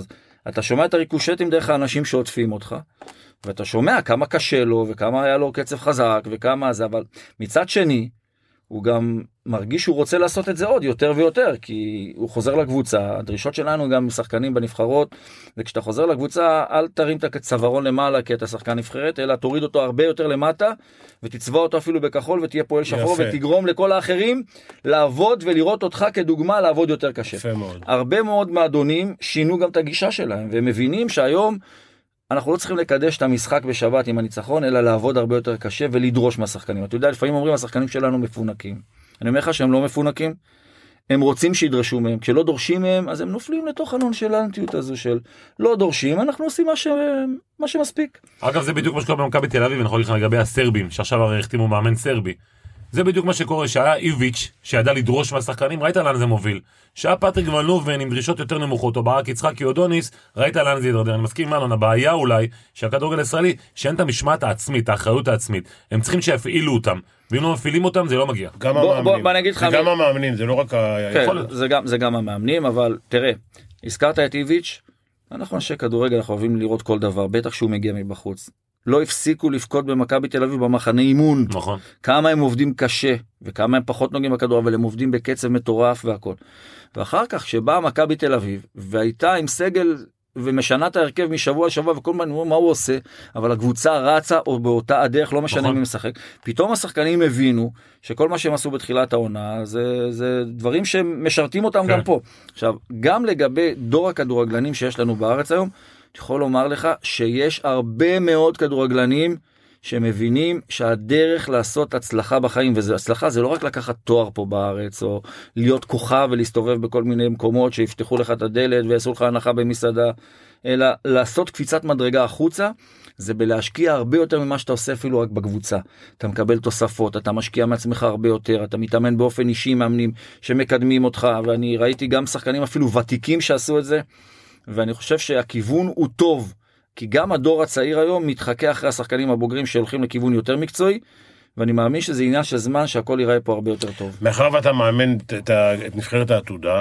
אתה שומע את הריקושטים דרך האנשים שעוטפים אותך, ואתה שומע כמה קשה לו, וכמה היה לו קצב חזק, וכמה זה, אבל מצד שני, הוא גם מרגיש שהוא רוצה לעשות את זה עוד יותר ויותר, כי הוא חוזר לקבוצה, הדרישות שלנו גם משחקנים בנבחרות, וכשאתה חוזר לקבוצה, אל תרים את הצווארון למעלה, כי אתה שחקן נבחרת, אלא תוריד אותו הרבה יותר למטה, ותצבע אותו אפילו בכחול, ותהיה פועל שחור, יפה. ותגרום לכל האחרים לעבוד ולראות אותך כדוגמה לעבוד יותר קשה.
יפה מאוד.
הרבה מאוד מעדונים שינו גם את הגישה שלהם, והם מבינים שהיום אנחנו לא צריכים לקדש את המשחק בשבת עם הניצחון, אלא לעבוד הרבה יותר קשה ולדרוש מהשחקנים. אתה יודע, לפעמים אומרים, השחקנים שלנו מפונקים. אני אומר לך שהם לא מפונקים, הם רוצים שידרשו מהם. כשלא דורשים מהם, אז הם נופלים לתוך הנונשלנטיות הזו של לא דורשים, אנחנו עושים מה, ש... מה שמספיק.
אגב, זה בדיוק מה שקורה במכבי תל אביב, ואני יכול להגיד לך לגבי הסרבים, שעכשיו הרי החתימו מאמן סרבי. זה בדיוק מה שקורה, שהיה איביץ' שידע לדרוש מהשחקנים, ראית לאן זה מוביל. שהיה פטריק ולנובן עם דרישות יותר נמוכות, או ברק יצחקי או דוניס, ראית לאן זה ידרדר. אני מסכים עם אלון, הבעיה אולי שהכדורגל הישראלי, שאין את המשמעת העצמית, האחריות העצמית. הם צריכים שיפעילו אותם, ואם לא מפעילים אותם, זה לא מגיע.
גם
בוא,
המאמנים.
בוא, בוא
זה גם המאמנים, זה לא רק
היכולת. כן, זה גם, זה גם המאמנים, אבל תראה, הזכרת את איביץ', אנחנו אנשי כדורגל, אנחנו אוהבים לראות כל דבר, בטח שהוא מגיע מבחוץ. לא הפסיקו לפקוד במכבי תל אביב במחנה אימון.
נכון.
כמה הם עובדים קשה, וכמה הם פחות נוגעים בכדור, אבל הם עובדים בקצב מטורף והכל. ואחר כך, שבאה מכבי תל אביב, והייתה עם סגל, ומשנה את ההרכב משבוע לשבוע, וכל מה, מה הוא עושה, אבל הקבוצה רצה, או באותה הדרך, לא משנה מי משחק. פתאום השחקנים הבינו, שכל מה שהם עשו בתחילת העונה, זה, זה דברים שמשרתים אותם כן. גם פה. עכשיו, גם לגבי דור הכדורגלנים שיש לנו בארץ היום, אני יכול לומר לך שיש הרבה מאוד כדורגלנים שמבינים שהדרך לעשות הצלחה בחיים, וזה הצלחה זה לא רק לקחת תואר פה בארץ, או להיות כוכב ולהסתובב בכל מיני מקומות שיפתחו לך את הדלת ויעשו לך הנחה במסעדה, אלא לעשות קפיצת מדרגה החוצה, זה בלהשקיע הרבה יותר ממה שאתה עושה אפילו רק בקבוצה. אתה מקבל תוספות, אתה משקיע מעצמך הרבה יותר, אתה מתאמן באופן אישי, מאמנים שמקדמים אותך, ואני ראיתי גם שחקנים אפילו ותיקים שעשו את זה, ואני חושב שהכיוון הוא טוב, כי גם הדור הצעיר היום מתחכה אחרי השחקנים הבוגרים שהולכים לכיוון יותר מקצועי, ואני מאמין שזה עניין של זמן שהכל ייראה פה הרבה יותר טוב.
מאחר ואתה מאמן את, את, את נבחרת העתודה,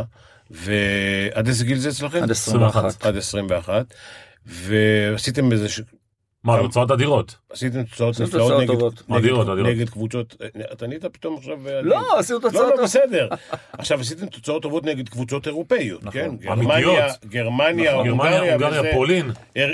ועד איזה גיל זה אצלכם?
עד עשרים ואחת.
עד עשרים ואחת, ועשיתם בזה ש...
מה, תוצאות אדירות?
עשיתם תוצאות נפלאות נגד קבוצות, אתה נהיית פתאום עכשיו...
לא, עשינו תוצאות
טובות. לא, לא, בסדר. עכשיו, עשיתם תוצאות טובות נגד קבוצות אירופאיות, כן? גרמניה, גרמניה,
הונגריה, פולין.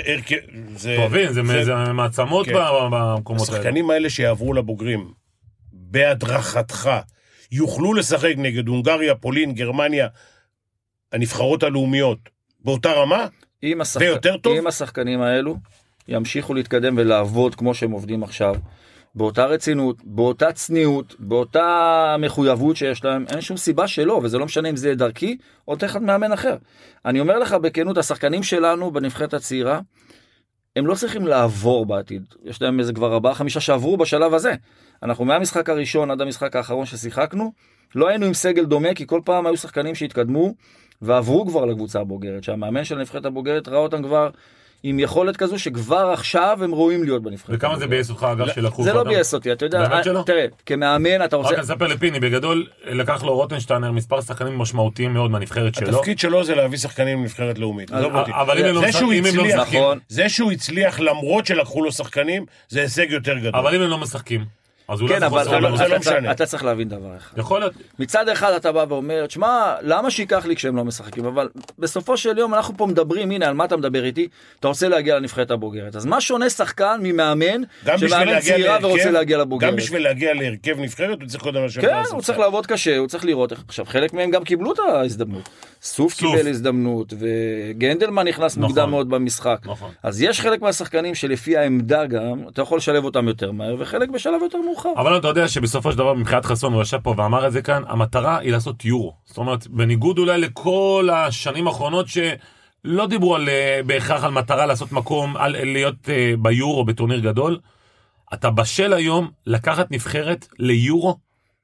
טובים, זה מעצמות במקומות האלה.
השחקנים האלה שיעברו לבוגרים, בהדרכתך, יוכלו לשחק נגד הונגריה, פולין, גרמניה, הנבחרות הלאומיות, באותה רמה? ויותר טוב?
עם השחקנים האלו, ימשיכו להתקדם ולעבוד כמו שהם עובדים עכשיו, באותה רצינות, באותה צניעות, באותה מחויבות שיש להם, אין שום סיבה שלא, וזה לא משנה אם זה דרכי, או תחת מאמן אחר. אני אומר לך בכנות, השחקנים שלנו בנבחרת הצעירה, הם לא צריכים לעבור בעתיד. יש להם איזה כבר ארבעה, חמישה שעברו בשלב הזה. אנחנו מהמשחק הראשון עד המשחק האחרון ששיחקנו, לא היינו עם סגל דומה, כי כל פעם היו שחקנים שהתקדמו, ועברו כבר לקבוצה הבוגרת, שהמאמן של הנבחרת הבוגרת ראה אותם כבר עם יכולת כזו שכבר עכשיו הם רואים להיות בנבחרת.
וכמה זה בייס אותך אגב של לקחו?
זה לא בייס אותי, אתה יודע, תראה, כמאמן אתה רוצה...
רק נספר לפיני, בגדול לקח לו רוטנשטיינר מספר שחקנים משמעותיים מאוד מהנבחרת שלו.
התפקיד שלו זה להביא שחקנים לנבחרת לאומית.
אבל אם הם לא משחקים...
זה שהוא הצליח למרות שלקחו לו שחקנים, זה הישג יותר גדול.
אבל אם הם לא משחקים...
כן, אבל אתה צריך להבין דבר אחד.
יכול להיות.
מצד אחד אתה בא ואומר, שמה, למה שיקח לי כשהם לא משחקים? אבל בסופו של יום אנחנו פה מדברים, הנה, על מה אתה מדבר איתי? אתה רוצה להגיע לנבחרת הבוגרת. אז מה שונה שחקן ממאמן, שמאמן צעירה ורוצה להגיע לבוגרת?
גם בשביל להגיע להרכב נבחרת, הוא צריך קודם לשבת.
כן, הוא צריך לעבוד קשה, הוא צריך לראות. עכשיו, חלק מהם גם קיבלו את ההזדמנות. סוף קיבל הזדמנות, וגנדלמן נכנס מוקדם מאוד במשחק. אז יש חלק מהשחקנים שלפי העמדה גם, אתה יכול לשלב אותם יותר מהר, וחלק בשלב יותר מאוחר.
אבל אתה יודע שבסופו של דבר מבחינת חסון הוא ישב פה ואמר את זה כאן, המטרה היא לעשות יורו. זאת אומרת, בניגוד אולי לכל השנים האחרונות שלא דיברו על, בהכרח על מטרה לעשות מקום, על להיות uh, ביורו בטורניר גדול, אתה בשל היום לקחת נבחרת ליורו?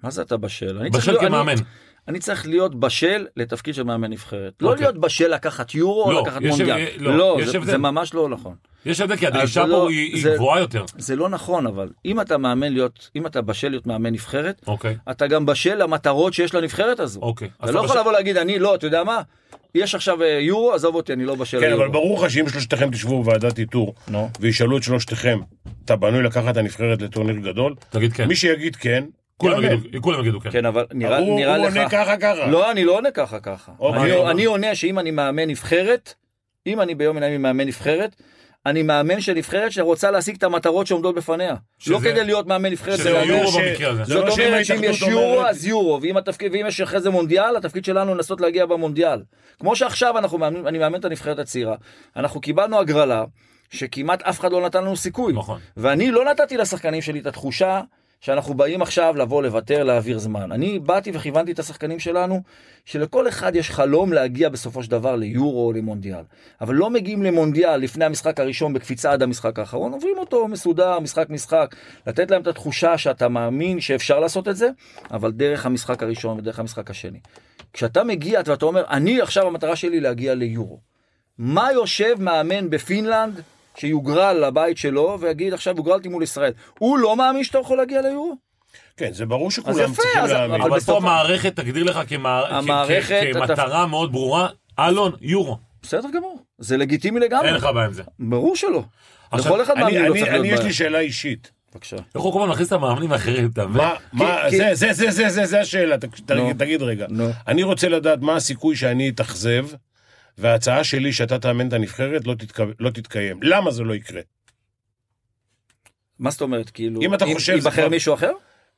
מה זה אתה בשל? אני
בשל
צריך-
כמאמן.
אני- אני צריך להיות בשל לתפקיד של מאמן נבחרת. לא
אוקיי.
להיות בשל לקחת יורו או
לא,
לקחת
יש-
מונדיאל.
לא,
לא,
יש
זה-
הבדל.
זה ממש לא נכון.
יש הבדל, כי
אז
הדרישה
זה
פה
לא-
היא היא
זה-
גבוהה יותר.
זה לא נכון, אבל אם אתה מאמן להיות, אם אתה בשל להיות מאמן נבחרת,
אוקיי,
אתה גם בשל למטרות שיש לנבחרת הזו.
אוקיי. אז
אתה לא
אתה
יכול
בשל-
לבוא להגיד, אני לא, אתה יודע מה? יש עכשיו אה, יורו, עזוב אותי, אני לא בשל
כן,
ליורו.
אבל ברור לך שאם שלושתכם תשבו בוועדת איתור,
נו.
וישאלו את שלושתכם, אתה בנוי לקחת את הנבחרת לטורניר גדול?
תגיד כן.
מי שיגיד כן,
כולם
יאמן.
יגידו- כולם יגידו כן.
כן, אבל נראה,
הוא
נראה
הוא
לך...
עונה ככה ככה.
לא, אני לא עונה ככה ככה.
אוקיי.
אני,
מה אתה אומר?
אני עונה שאם אני מאמן נבחרת, אם אני ביום מן הימים מאמן נבחרת, אני מאמן של נבחרת שרוצה להשיג את המטרות שעומדות בפניה.
שזה-
לא כדי להיות מאמן נבחרת.
שזה
זה אומר
יורו
ש-
במקרה הזה.
זה
זאת
לא שאם
אומרת שאם
ההתאחדות
יש יורו
אומרת-
אז יורו, ואם, התפקיד, ואם יש אחרי זה מונדיאל, התפקיד שלנו הוא לנסות להגיע במונדיאל. כמו שעכשיו אנחנו מאמנים, אני מאמן את הנבחרת הצעירה. אנחנו קיבלנו הגרלה שכמעט אף אחד לא נתן לנו סיכוי.
נכון.
ואני לא נתתי לשחקנים שלי את התחושה שאנחנו באים עכשיו לבוא לוותר, להעביר זמן. אני באתי וכיוונתי את השחקנים שלנו, שלכל אחד יש חלום להגיע בסופו של דבר ליורו או למונדיאל. אבל לא מגיעים למונדיאל לפני המשחק הראשון בקפיצה עד המשחק האחרון, עוברים אותו מסודר, משחק משחק, לתת להם את התחושה שאתה מאמין שאפשר לעשות את זה, אבל דרך המשחק הראשון ודרך המשחק השני. כשאתה מגיע ואתה אומר, אני עכשיו המטרה שלי להגיע ליורו. מה יושב מאמן בפינלנד שיוגרל לבית שלו ויגיד עכשיו הוגרלתי מול ישראל? הוא לא מאמין שאתה יכול להגיע ליורו?
כן, זה ברור
אז
שכולם
יפה,
צריכים
אז-
להאמין.
אבל
אבל
בסוף-
פה המערכת תגדיר לך כמע- כ-
המערכת,
כ- כמטרה מאוד ברורה, אלון, יורו.
בסדר גמור, זה לגיטימי לגמרי.
אין לך בעיה עם זה.
ברור שלא.
עכשיו,
לכל אחד
אני-
מאמין לא
אני-
צריך להיות
אני, יש
בעיה.
לי שאלה אישית.
בבקשה.
איך הוא כל הזמן מכניס את המאמנים האחרים, אתה מבין?
מה, מה,
כי-
זה, זה, זה, זה, זה, זה השאלה, ת- ת-
נו.
תגיד רגע.
נו.
אני רוצה לדעת מה הסיכוי שאני אתאכזב, וההצעה שלי שאתה תאמן את הנבחרת לא תתק- לא תתקיים. למה זה לא יקרה?
מה זאת אומרת, כאילו,
אם אתה חושב, זה
ייבחר
כבר-
מישהו אחר?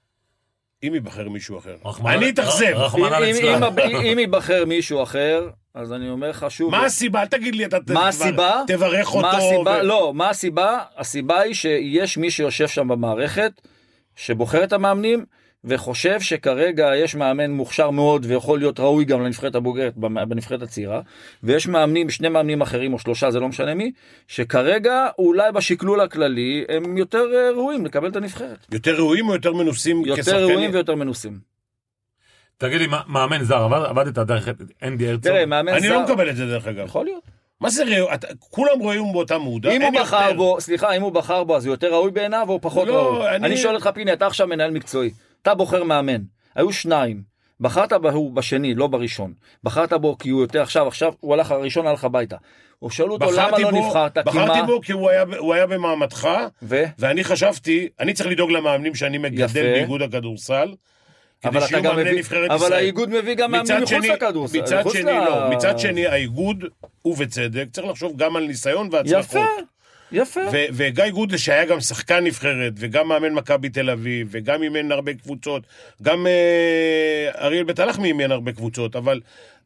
אם ייבחר מישהו אחר.
רחמנא-
אני אתאכזב.
רחמנא
אם- אם-
ליצלן.
אם- אם ייבחר מישהו אחר, אז אני אומר לך שוב,
מה הסיבה? אל תגיד לי, אתה ת-
מה
כבר
הסיבה?
תברך אותו.
מה הסיבה?
ו-
לא, מה הסיבה? הסיבה היא שיש מי שיושב שם במערכת, שבוחר את המאמנים, וחושב שכרגע יש מאמן מוכשר מאוד, ויכול להיות ראוי גם לנבחרת הבוגרת, בנבחרת הצעירה, ויש מאמנים, שני מאמנים אחרים או שלושה, זה לא משנה מי, שכרגע אולי בשקלול הכללי, הם יותר אה, ראויים לקבל את הנבחרת.
יותר ראויים או יותר מנוסים
יותר
כשחקנים?
ראויים ויותר מנוסים.
תגיד לי, מה- מאמן זר, עבד- עבדת דרך אנדי הרצוג?
תראה, מאמן
אני
זר,
לא מקבל את זה דרך אגב.
יכול להיות.
מה זה ראוי? אתה- כולם רואים באותה מודע.
אם
אין
הוא בחר
יותר.
בו, סליחה, אם הוא בחר בו, אז הוא יותר ראוי בעיניו או פחות
לא,
ראוי?
אני-
אני שואל אותך, פיני, אתה עכשיו מנהל מקצועי, אתה בוחר מאמן, היו שניים, בחרת בו בשני, לא בראשון, בחרת בו כי הוא יותר עכשיו, עכשיו הוא הלך הראשון, הלך הביתה. הוא שאלו אותו למה
בחרתי
לא
בו-
נבחרת, כי
בחרתי
מה,
בו כי הוא היה- הוא היה במעמדך,
ו...
ואני חשבתי, אני צריך לדאוג למאמנים שאני מגדל
יפה.
באיגוד הכדורסל, כדי
אבל אתה
שיהיו
גם
מאמני
מביא,
נבחרת
אבל
ישראל.
האיגוד מביא גם מאמנים
מצד
מחוץ
שני-
לכדורסל.
מצד
מחוץ
שני,
ל-
לא, מצד שני, האיגוד, ובצדק, צריך לחשוב גם על ניסיון והצלחות.
יפה, יפה.
ו- וגיא גודס שהיה גם שחקן נבחרת, וגם מאמן מכבי תל אביב, וגם אימן הרבה קבוצות, גם אה, אריאל בית הלחמי אימן הרבה קבוצות, אבל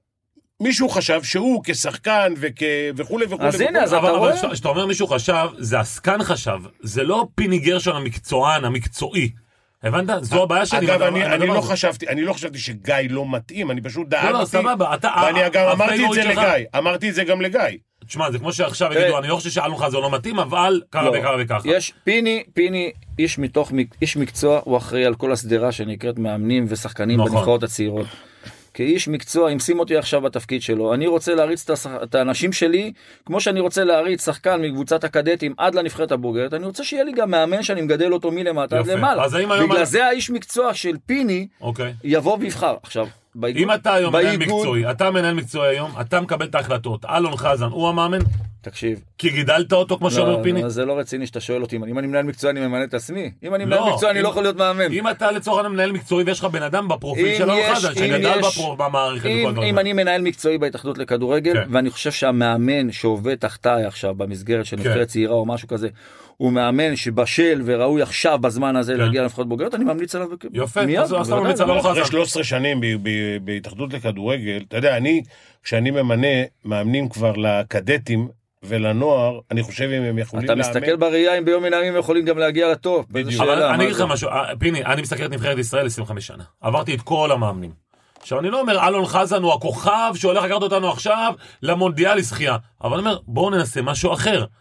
מישהו חשב שהוא כשחקן וכ... וכולי וכולי.
אז הנה,
וכולי.
אז אתה
אבל
רואה?
כשאתה אומר מישהו חשב, זה הסקן חשב, זה לא פיני גרשון המקצוען, המקצועי. הבנת? זו הבעיה שלי.
אגב,
עם
אני,
הדבר-
אני
הדבר
לא הזה.
חשבתי.
חשבתי, אני לא חשבתי שגיא לא מתאים, אני פשוט
לא, לא,
דאגתי,
סבבה, אתה...
ואני אגב
ה-
אמרתי את זה
הפייבוריט שלך-
לגיא, אמרתי את זה גם לגיא.
תשמע, זה כמו שעכשיו
תראה.
יגידו, אני לא חושב שאלון חזון לא מתאים, אבל ככה
לא.
וככה וככה.
יש, פיני, פיני, איש מתוך, איש מקצוע, הוא אחראי על כל הסדרה שנקראת מאמנים ושחקנים
נכון.
בנבחרות הצעירות. כאיש מקצוע, אם שים אותי עכשיו בתפקיד שלו, אני רוצה להריץ את, השח... את האנשים שלי, כמו שאני רוצה להריץ שחקן מקבוצת הקדטים עד לנבחרת הבוגרת, אני רוצה שיהיה לי גם מאמן שאני מגדל אותו מלמטה עד
יפה.
למעלה.
אז האם היום-
בגלל זה האיש מקצוע של פיני
אוקיי.
יבוא ויבחר. עכשיו, באיגוד,
אם אתה היום מנהל
באיגוד-
מקצועי, אתה מנהל מקצועי היום, אתה מקבל את ההחלטות. אלון חזן, הוא המאמן?
תקשיב,
כי גידלת אותו, כמו שאומר
לא,
פיני?
לא, זה לא רציני שאתה שואל אותי, אם אני מנהל מקצוע אני ממנה את עצמי, אם אני מנהל
לא,
מקצוע אני
אם-
לא יכול להיות מאמן.
אם אתה לצורך העניין מנהל מקצועי ויש לך בן אדם בפרופיל
אם
של אלון
יש-
חזן,
אם
שגדל
יש-
בפרו- במערכת וכל
אם,
הדברים
אם
האלה.
אני מנהל מקצועי בהתאחדות לכדורגל,
כן.
ואני חושב שהמאמן שעובד תחתיי עכשיו במסגרת של
כן.
נבחרת צעירה או משהו כזה, הוא מאמן שבשל וראוי עכשיו בזמן הזה
כן.
להגיע לנבחרת בוגרת, אני ממליץ עליו בכ-
יפה,
מיד.
אז הוא עשה
בוודאי.
ממליץ על אלון
אחרי
חזן.
שלוש עשרה שנים ב- ב- בהתאחדות לכדורגל, אתה יודע, אני, כשאני ממנה מאמנים כבר לקדטים ולנוער, אני חושב אם הם יכולים
אתה מסתכל בראייה אם ביום מן הימים יכולים גם להגיע לטוב.
בדיוק.
איזו
אבל
שאלה,
אני
מה
אגיד לך
זה?
משהו, אה, פיני, אני מסתכל את נבחרת ישראל עשרים וחמש שנה. עברתי את כל המאמנים. עכשיו, אני לא אומר, אלון חזן הוא הכוכב שהולך לקחת אותנו עכשיו למונדיאל לשחייה. אבל אני אומר, בואו ננסה משהו אחר.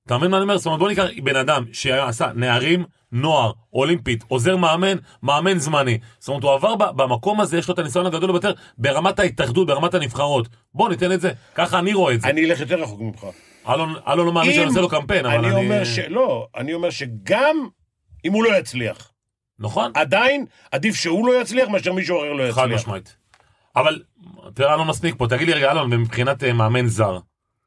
אתה מבין מה אני אומר? זאת אומרת, בוא ניקח בן אדם שעשה נערים, נוער, אולימפית, עוזר מאמן, מאמן זמני. זאת אומרת, הוא עבר במקום הזה, יש לו את הניסיון הגדול ביותר, ברמת ההתאחדות, ברמת הנבחרות. בוא ניתן את זה, ככה אני רואה את זה.
אני אלך יותר רחוק ממך.
אלון, אלון לא מאמין שאני עושה לו קמפיין, אבל אני...
אני אומר ש... לא, אני אומר שגם אם הוא לא יצליח.
נכון.
עדיין, עדיף שהוא לא יצליח, מאשר מישהו אחר לא יצליח.
חד משמעית. אבל, תראה, אלון מספיק פה, תגיד לי רגע, אלון, מבחינת מאמן זר.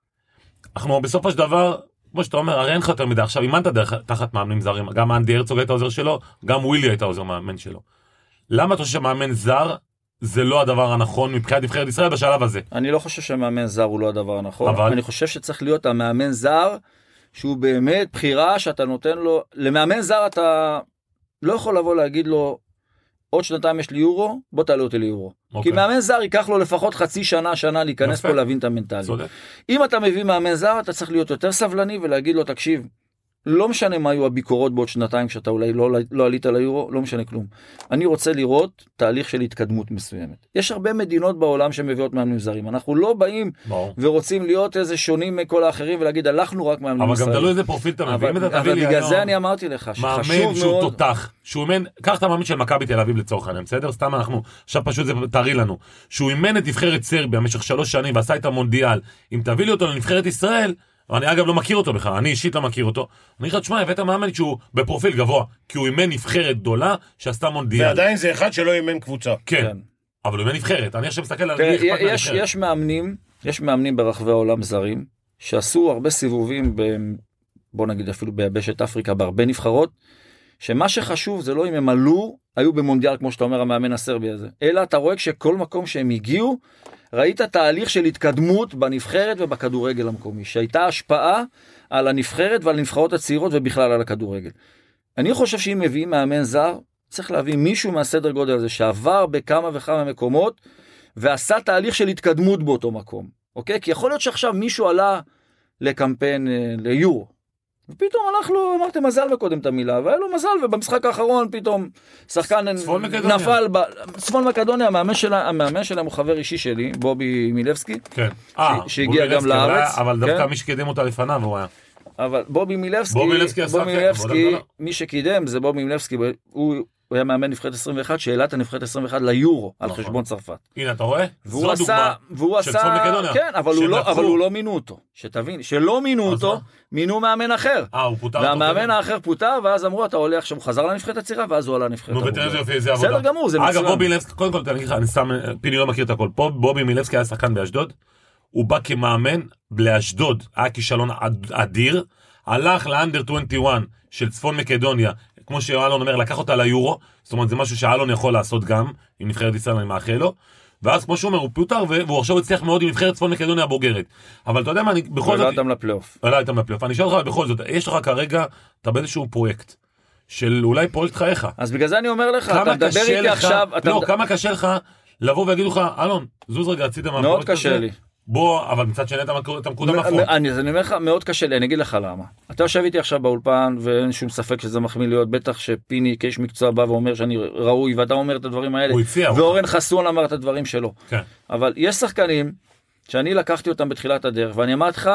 אנחנו בסוף של דבר, כמו שאתה אומר, הרי אין לך יותר מדי. עכשיו, אימנת תחת מאמנים זרים, גם אנדי הרצוג הייתה עוזר שלו, גם ווילי הייתה עוזר מאמן שלו. למה אתה חושב שמאמן זר זה לא הדבר הנכון מבחינת נבחרת ישראל בשלב הזה?
אני לא חושב שמאמן זר הוא לא הדבר הנכון.
אבל...
אני חושב שצריך להיות המאמן זר, שהוא באמת בחירה שאתה נותן לו, למאמן זר אתה לא יכול לבוא להגיד לו, עוד שנתיים יש לי יורו, בוא תעלה אותי ליורו. Okay. כי מאמן זר ייקח לו לפחות חצי שנה, שנה להיכנס יפה. פה להבין את המנטלי. צודק. אם אתה מביא מאמן זר, אתה צריך להיות יותר סבלני ולהגיד לו, תקשיב, לא משנה מה היו הביקורות בעוד שנתיים, כשאתה אולי לא, לא עלית ליורו, לא משנה כלום. אני רוצה לראות תהליך של התקדמות מסוימת. יש הרבה מדינות בעולם שמביאות מאמנים זרים. אנחנו לא באים
בוא.
ורוצים להיות איזה שונים מכל האחרים, ולהגיד, הלכנו רק מאמנים
אבל
זרים.
אבל גם תלוי איזה פרופיל אתה מביא.
אבל, אבל בגלל היום, זה אני אמרתי לך, שחשוב מאוד...
מאמן שהוא תותח, שהוא אימן, קח את המאמן של מכבי תל אביב לצורך העניין, בסדר? סתם אנחנו, עכשיו פשוט זה תארי לנו. שהוא אימן את נבחרת סרביה במשך שלוש שנים ועשה את המונדיאל. אם תביא לי אותו לנבחרת ישראל, אני אגב לא מכיר אותו בכלל, אני אישית לא מכיר אותו. אני חושב, תשמע, הבאת מאמן שהוא בפרופיל גבוה, כי הוא אימן נבחרת גדולה שעשתה מונדיאל.
ועדיין זה אחד שלא אימן קבוצה.
כן, כן. אבל הוא אימן נבחרת. אני עכשיו מסתכל על...
כן, יש, יש מאמנים, יש מאמנים ברחבי העולם זרים, שעשו הרבה סיבובים, ב, בוא נגיד אפילו ביבשת אפריקה, בהרבה נבחרות, שמה שחשוב זה לא אם הם עלו, היו במונדיאל, כמו שאתה אומר, המאמן הסרבי הזה, אלא אתה רואה שכל מקום שהם הגיעו, ראית תהליך של התקדמות בנבחרת ובכדורגל המקומי, שהייתה השפעה על הנבחרת ועל הנבחרות הצעירות ובכלל על הכדורגל. אני חושב שאם מביאים מאמן זר, צריך להביא מישהו מהסדר גודל הזה, שעבר בכמה וכמה מקומות, ועשה תהליך של התקדמות באותו מקום. אוקיי? כי יכול להיות שעכשיו מישהו עלה לקמפיין, ליורו. ופתאום הלך לו, אמרתם מזל וקודם את המילה, והיה לו מזל, ובמשחק האחרון פתאום שחקן נפל, ב... צפון מקדוניה, המאמן שלה, המאמן שלהם הוא חבר אישי שלי, בובי מילבסקי,
כן.
ש... שהגיע גם לארץ.
אבל דווקא מי שקידם אותה לפניו הוא היה.
אבל בובי מילבסקי,
בובי מילבסקי,
בובי מילבסקי מי שקידם זה בובי מילבסקי, הוא... הוא היה מאמן נבחרת עשרים ואחת, שהעלה את הנבחרת עשרים ואחת ליורו, על חשבון צרפת.
הנה, אתה רואה?
זו דוגמה של צפון מקדוניה. כן, אבל הוא לא מינו אותו. שתבין, שלא מינו אותו, מינו מאמן אחר.
אה, הוא פוטר.
והמאמן האחר פוטר, ואז אמרו, אתה עולה עכשיו, הוא חזר לנבחרת הצעירה, ואז הוא עלה לנבחרת
הבוגרת. נו, ותראה איזה יופי, זה עבודה.
בסדר גמור, זה מצוין.
אגב, בובי מילבסקי, קודם כל, אני סתם, פיני לא מכיר את הכל. פה, בובי מילבסקי היה שחקן באשדוד, הוא בא כמאמן לאשדוד, היה כישלון אדיר, הלך לאנדר עשרים ואחת של צפון מקדוניה, כמו שאלון אומר, לקח אותה ליורו, זאת אומרת, זה משהו שאלון יכול לעשות גם, עם נבחרת ישראל, אני מאחל לו, ואז כמו שהוא אומר, הוא פוטר, והוא עכשיו הצליח מאוד עם נבחרת צפון מקדוניה הבוגרת. אבל אתה יודע מה, אני בכל זאת...
לא איתם לפלייאוף.
לא איתם לפלייאוף. אני אשאל אותך בכל זאת, יש לך כרגע, אתה באיזשהו פרויקט, של אולי פרויקט חייך.
אז בגלל זה אני אומר לך, אתה מדבר איתי עכשיו...
לא, כמה קשה לך לבוא ויגידו לך, אלון, זוז רגע, עשית מה
מאוד קשה לי.
בוא, אבל מצד שני אתה מקודם הפרונט.
אני אומר לך, מאוד קשה לי, אני אגיד לך למה. אתה יושב איתי עכשיו באולפן, ואין שום ספק שזה מחמיא להיות, בטח שפיני כאיש מקצוע בא ואומר שאני ראוי, ואתה אומר את הדברים האלה, ואורן חסון אמר את הדברים שלו. אבל יש שחקנים, שאני לקחתי אותם בתחילת הדרך, ואני אמרתי לך,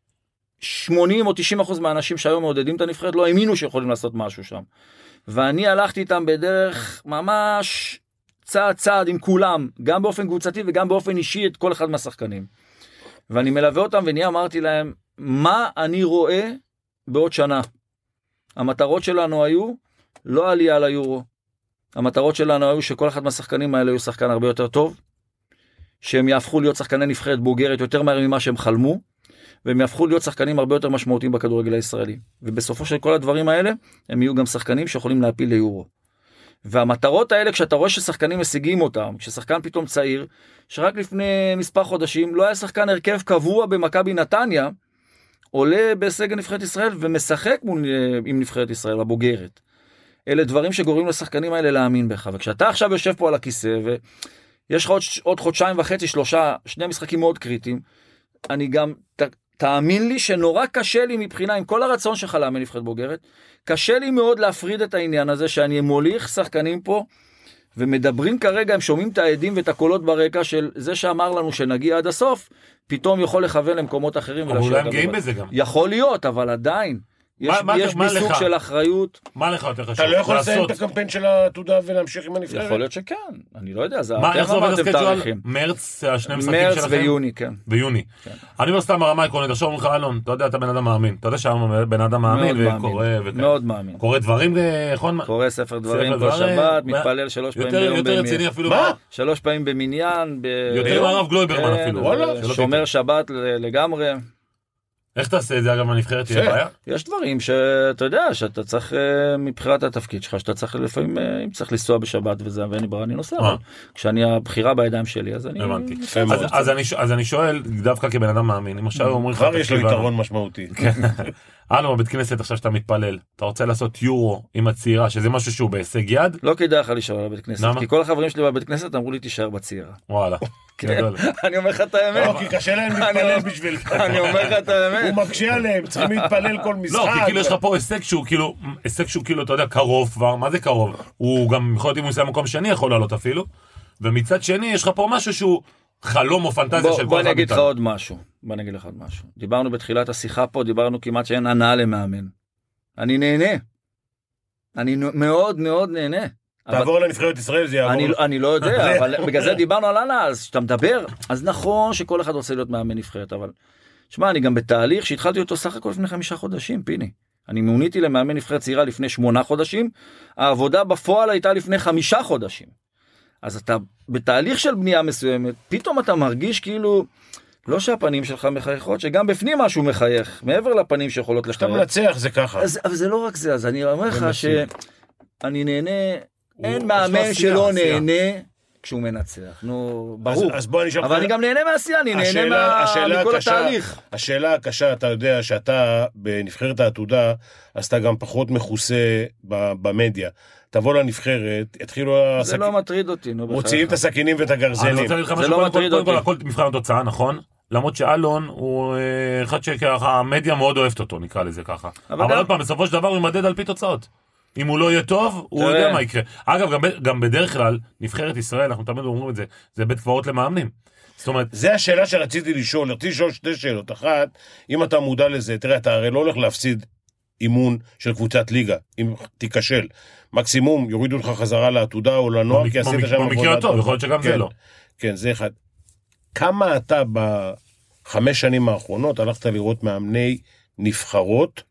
שמונים או תשעים אחוז מהאנשים שהיום מעודדים את הנבחרת, לא האמינו שיכולים לעשות משהו שם. ואני הלכתי איתם בדרך ממש... צעד צעד עם כולם, גם באופן קבוצתי וגם באופן אישי את כל אחד מהשחקנים. ואני מלווה אותם ואני אמרתי להם, מה אני רואה בעוד שנה? המטרות שלנו היו לא עלייה ליורו. המטרות שלנו היו שכל אחד מהשחקנים האלה יהיו שחקן הרבה יותר טוב, שהם יהפכו להיות שחקני נבחרת בוגרת יותר מהר ממה שהם חלמו, והם יהפכו להיות שחקנים הרבה יותר משמעותיים בכדורגל הישראלי. ובסופו של כל הדברים האלה, הם יהיו גם שחקנים שיכולים להפיל ליורו. והמטרות האלה, כשאתה רואה ששחקנים משיגים אותם, כששחקן פתאום צעיר, שרק לפני מספר חודשים לא היה שחקן הרכב קבוע במכבי נתניה, עולה בסגל נבחרת ישראל ומשחק מול, עם נבחרת ישראל הבוגרת. אלה דברים שגורמים לשחקנים האלה להאמין בך. וכשאתה עכשיו יושב פה על הכיסא, ויש לך עוד, עוד חודשיים וחצי, שלושה, שני משחקים מאוד קריטיים, אני גם... ת, תאמין לי שנורא קשה לי מבחינה, עם כל הרצון שלך לאמן נבחרת בוגרת, קשה לי מאוד להפריד את העניין הזה, שאני מוליך שחקנים פה, ומדברים כרגע, הם שומעים את העדים ואת הקולות ברקע של זה שאמר לנו שנגיע עד הסוף, פתאום יכול לכוון למקומות אחרים.
אבל אולי הם גאים בזה גם.
יכול להיות, אבל עדיין. יש בסוג של אחריות.
מה לך יותר חשוב?
אתה לא יכול לסיים את הקמפיין של העתודה ולהמשיך עם הנבחרת?
יכול להיות שכן, אני לא יודע, זה
מה, איך זה עובד הסקייג'ואל? מרץ, השני משחקים שלכם?
מרץ ויוני, כן.
ויוני. אני אומר סתם הרמה עקרונית, עכשיו אומרים לך, אלון, אתה יודע, אתה בן אדם מאמין. אתה יודע שאלון בן אדם מאמין וקורא וכאן. מאוד מאמין. קורא דברים, נכון?
קורא ספר דברים כל שבת, מתפלל שלוש פעמים ביום.
יותר רציני אפילו.
מה? שלוש פעמים במניין.
יותר מהרב גלויברמן אפילו.
שומר שבת לגמרי.
איך תעשה את זה אגב הנבחרת תהיה בעיה?
יש דברים שאתה יודע שאתה צריך מבחירת התפקיד שלך, שאתה צריך לפעמים, אם צריך לנסוע בשבת וזה, ואין לי ברירה, אני נוסע, אבל כשאני הבחירה בידיים שלי, אז אני...
הבנתי. אז אני שואל, דווקא כבן אדם מאמין, אם עכשיו אומרים לך...
כבר יש לו יתרון משמעותי.
הלו, בבית כנסת עכשיו שאתה מתפלל, אתה רוצה לעשות יורו עם הצעירה, שזה משהו שהוא בהישג יד?
לא כדאי לך להישאר בבית כנסת, כי כל החברים שלי בבית כנסת אמרו לי תישאר בצעירה.
וואלה.
אני אומר לך את האמת.
כי קשה להם להתפלל בשביל...
אני אומר לך את האמת.
הוא מקשה עליהם, צריכים להתפלל כל משחק.
לא, כי כאילו יש לך פה הישג שהוא כאילו, הישג שהוא כאילו, אתה יודע, קרוב כבר, מה זה קרוב? הוא גם יכול להיות אם הוא עושה מקום שני יכול לעלות אפילו, ומצד שני יש לך פה משהו שהוא חלום או פנטזיה של כל אחד.
בוא אני אגיד לך עוד משהו, בוא אני אגיד לך עוד משהו. דיברנו בתחילת השיחה פה, דיברנו כמעט שאין הנאה למאמן. אני נהנה. אני מאוד מאוד נהנה.
תעבור לנבחרת ישראל, זה יעבור.
אני לא יודע, אבל בגלל זה דיברנו על הנאה, אז כשאתה מדבר, אז נכון שכל אחד רוצה להיות מאמן נבחרת, אבל שמע, אני גם בתהליך שהתחלתי אותו סך הכל לפני חמישה חודשים, פיני. אני מעוניתי למאמן נבחרת צעירה לפני שמונה חודשים, העבודה בפועל הייתה לפני חמישה חודשים. אז אתה בתהליך של בנייה מסוימת, פתאום אתה מרגיש כאילו, לא שהפנים שלך מחייכות, שגם בפנים משהו מחייך, מעבר לפנים שיכולות לחייך.
אתה מנצח, זה ככה.
אז, אבל זה לא רק זה, אז אני אומר לך שאני נהנה, אין מאמן שלא נהנה כשהוא מנצח, נו, ברור.
אז בוא נשאל.
אבל אני גם נהנה מהעשייה, אני נהנה מכל התהליך.
השאלה הקשה, אתה יודע שאתה בנבחרת העתודה, אז אתה גם פחות מכוסה במדיה. תבוא לנבחרת, התחילו...
זה לא מטריד אותי, נו.
מוציאים את הסכינים ואת הגרזנים.
זה לא מטריד אותי.
הכל מבחן התוצאה, נכון? למרות שאלון הוא אחד שהמדיה מאוד אוהבת אותו, נקרא לזה ככה. אבל עוד פעם, בסופו של דבר הוא יימדד על פי תוצאות. אם הוא לא יהיה טוב, הוא יודע מה יקרה. אגב, גם, גם בדרך כלל, נבחרת ישראל, אנחנו תמיד אומרים את זה, זה בית קברות למאמנים. זאת אומרת...
זה השאלה שרציתי לשאול, רציתי לשאול שתי שאלות. אחת, אם אתה מודע לזה, תראה, אתה הרי לא הולך להפסיד אימון של קבוצת ליגה, אם תיכשל. מקסימום, יורידו לך חזרה לעתודה או לנוער, כי עשית שם...
במקרה הטוב, יכול להיות שגם
כן,
זה לא.
כן, זה אחד. כמה אתה בחמש שנים האחרונות הלכת לראות מאמני נבחרות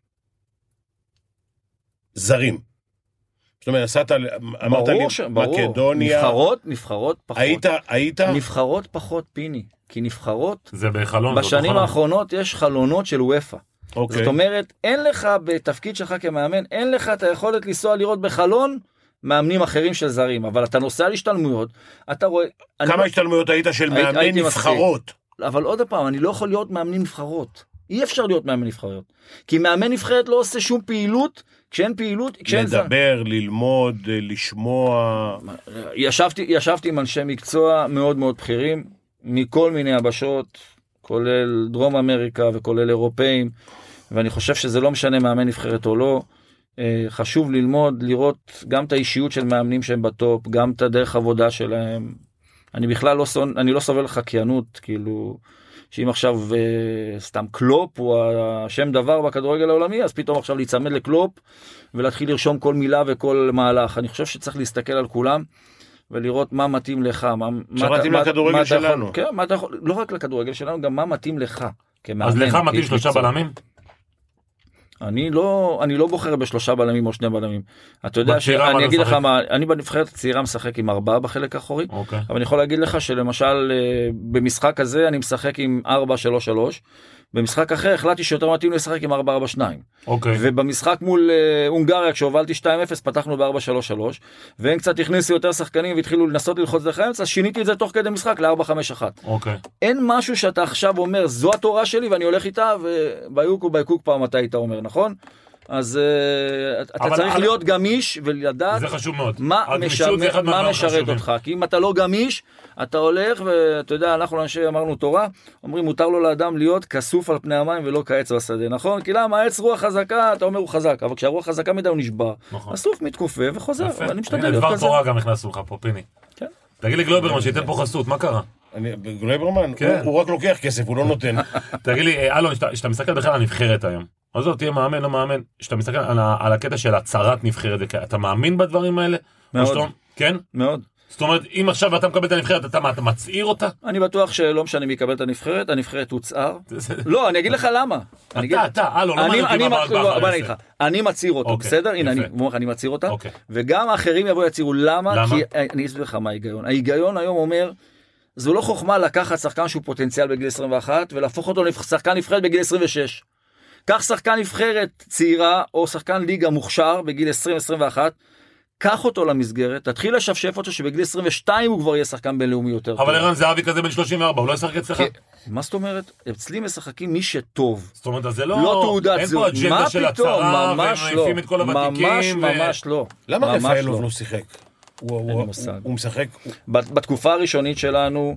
זרים? זאת אומרת, עשת, אמרת לי, מקדוניה...
נבחרות, נבחרות פחות.
היית, היית?
נבחרות פחות, פיני. כי נבחרות...
זה בחלון.
בשנים האחרונות יש חלונות של וופא.
אוקיי.
זאת אומרת, אין לך בתפקיד שלך כמאמן, אין לך את היכולת לנסוע לראות בחלון מאמנים אחרים של זרים, אבל אתה נוסע להשתלמויות, אתה רואה...
כמה השתלמויות היית של מאמני נבחרות?
אבל עוד פעם, אני לא יכול להיות מאמני נבחרות. אי אפשר להיות מאמן נבחרות. כי מאמן נבחרת לא עושה שום פעילות, כשאין פעילות...
לדבר, ללמוד, לשמוע...
ישבתי, ישבתי עם אנשי מקצוע מאוד מאוד בכירים, מכל מיני הבשות, כולל דרום אמריקה וכולל אירופאים, ואני חושב שזה לא משנה מאמן נבחרת או לא, חשוב ללמוד, לראות גם את האישיות של מאמנים שהם בטופ, גם את הדרך עבודה שלהם. אני בכלל לא, אני לא סובל חקיינות, כאילו, שאם עכשיו סתם קלופ הוא השם דבר בכדורגל העולמי, אז פתאום עכשיו להיצמד לקלופ, ולהתחיל לרשום כל מילה וכל מהלך. אני חושב שצריך להסתכל על כולם, ולראות מה מתאים לך.
שמתאים לכדורגל שלנו.
כן, לא רק לכדורגל שלנו, גם מה מתאים לך.
אז לך מתאים שלושה בלמים?
אני לא, אני לא בוחר בשלושה בלמים או שני בלמים. אתה יודע שאני אגיד לך מה, אני בנבחרת הצעירה משחק עם ארבעה בחלק האחורי, אבל אני יכול להגיד לך שלמשל במשחק הזה אני משחק עם ארבע שלוש שלוש, במשחק אחר החלטתי שיותר מתאים לשחק עם ארבע ארבע שתיים.
אוקיי.
ובמשחק מול הונגריה כשהובלתי שתיים אפס פתחנו ב-ארבע שלוש שלוש, והם קצת הכניסו יותר שחקנים והתחילו לנסות ללחוץ דרך האמצע, שיניתי את זה תוך כדי משחק ל-ארבע חמש אחת.
אוקיי.
אין משהו שאתה עכשיו אומר, זו התורה שלי ואני הולך איתה, וביוק ובייקוק פעם אתה היית אומר, נכון? אז אתה צריך להיות גמיש ולדעת מה משרת אותך. כי אם אתה לא גמיש, אתה הולך, ואתה יודע, אנחנו אנשי אמרנו תורה, אומרים מותר לו לאדם להיות כסוף על פני המים ולא כעץ בשדה, נכון? כי למה העץ רוח חזקה, אתה אומר הוא חזק, אבל כשהרוח חזקה מדי הוא נשבר. הסוף מתכופף וחוזר, ואני משתדל להיות כזה.
דבר תורה גם הכנסו לך פה, פיני. תגיד לי גלויברמן שייתן פה חסות, מה קרה?
גלויברמן, הוא רק לוקח כסף, הוא לא נותן.
תגיד לי, אלון, שאתה מסתכל בכלל על הנבחרת היום, אז זאת תהיה מאמן, לא מאמן, שאתה מסתכל על הקטע של הצהרת נבחרת, אתה מאמין בדברים האלה?
מאוד.
כן?
מאוד.
זאת אומרת, אם עכשיו אתה מקבל את הנבחרת, אתה מה, אתה מצעיר אותה?
אני בטוח שלא משנה מי יקבל את הנבחרת, הנבחרת תוצער. לא, אני אגיד לך למה.
אתה, אתה, אלון, לא מעניין אותי מה...
אני מצעיר אותו, בסדר? הנה, אני מצעיר אותה. וגם האחרים יבואו יצירו. למה? כי אני אסביר לך מה ההיגיון. ההיגיון היום אומר, זו לא חוכמה לקחת שחקן שהוא פוטנציאל בגיל עשרים ואחת, ולהפוך אותו לשחקן נבחרת בגיל עשרים ושש. קח שחקן נבחרת צעירה, או שחקן ליגה מוכשר בגיל עשרים עשרים ואחת, קח אותו למסגרת, תתחיל לשפשף אותו שבגיל עשרים ושתיים הוא כבר יהיה שחקן בינלאומי יותר טוב.
אבל ערן זהבי כזה בן שלושים וארבע, הוא לא ישחק אצלך?
מה זאת אומרת? אצלי משחקים מי שטוב.
זאת אומרת, זה לא... אין פה אג'נדה של הצהרה, והם מעיפים את כל הוותיקים.
ממש, ממש לא.
למה רפאלוב לא שיחק? הוא משחק...
בתקופה הראשונית שלנו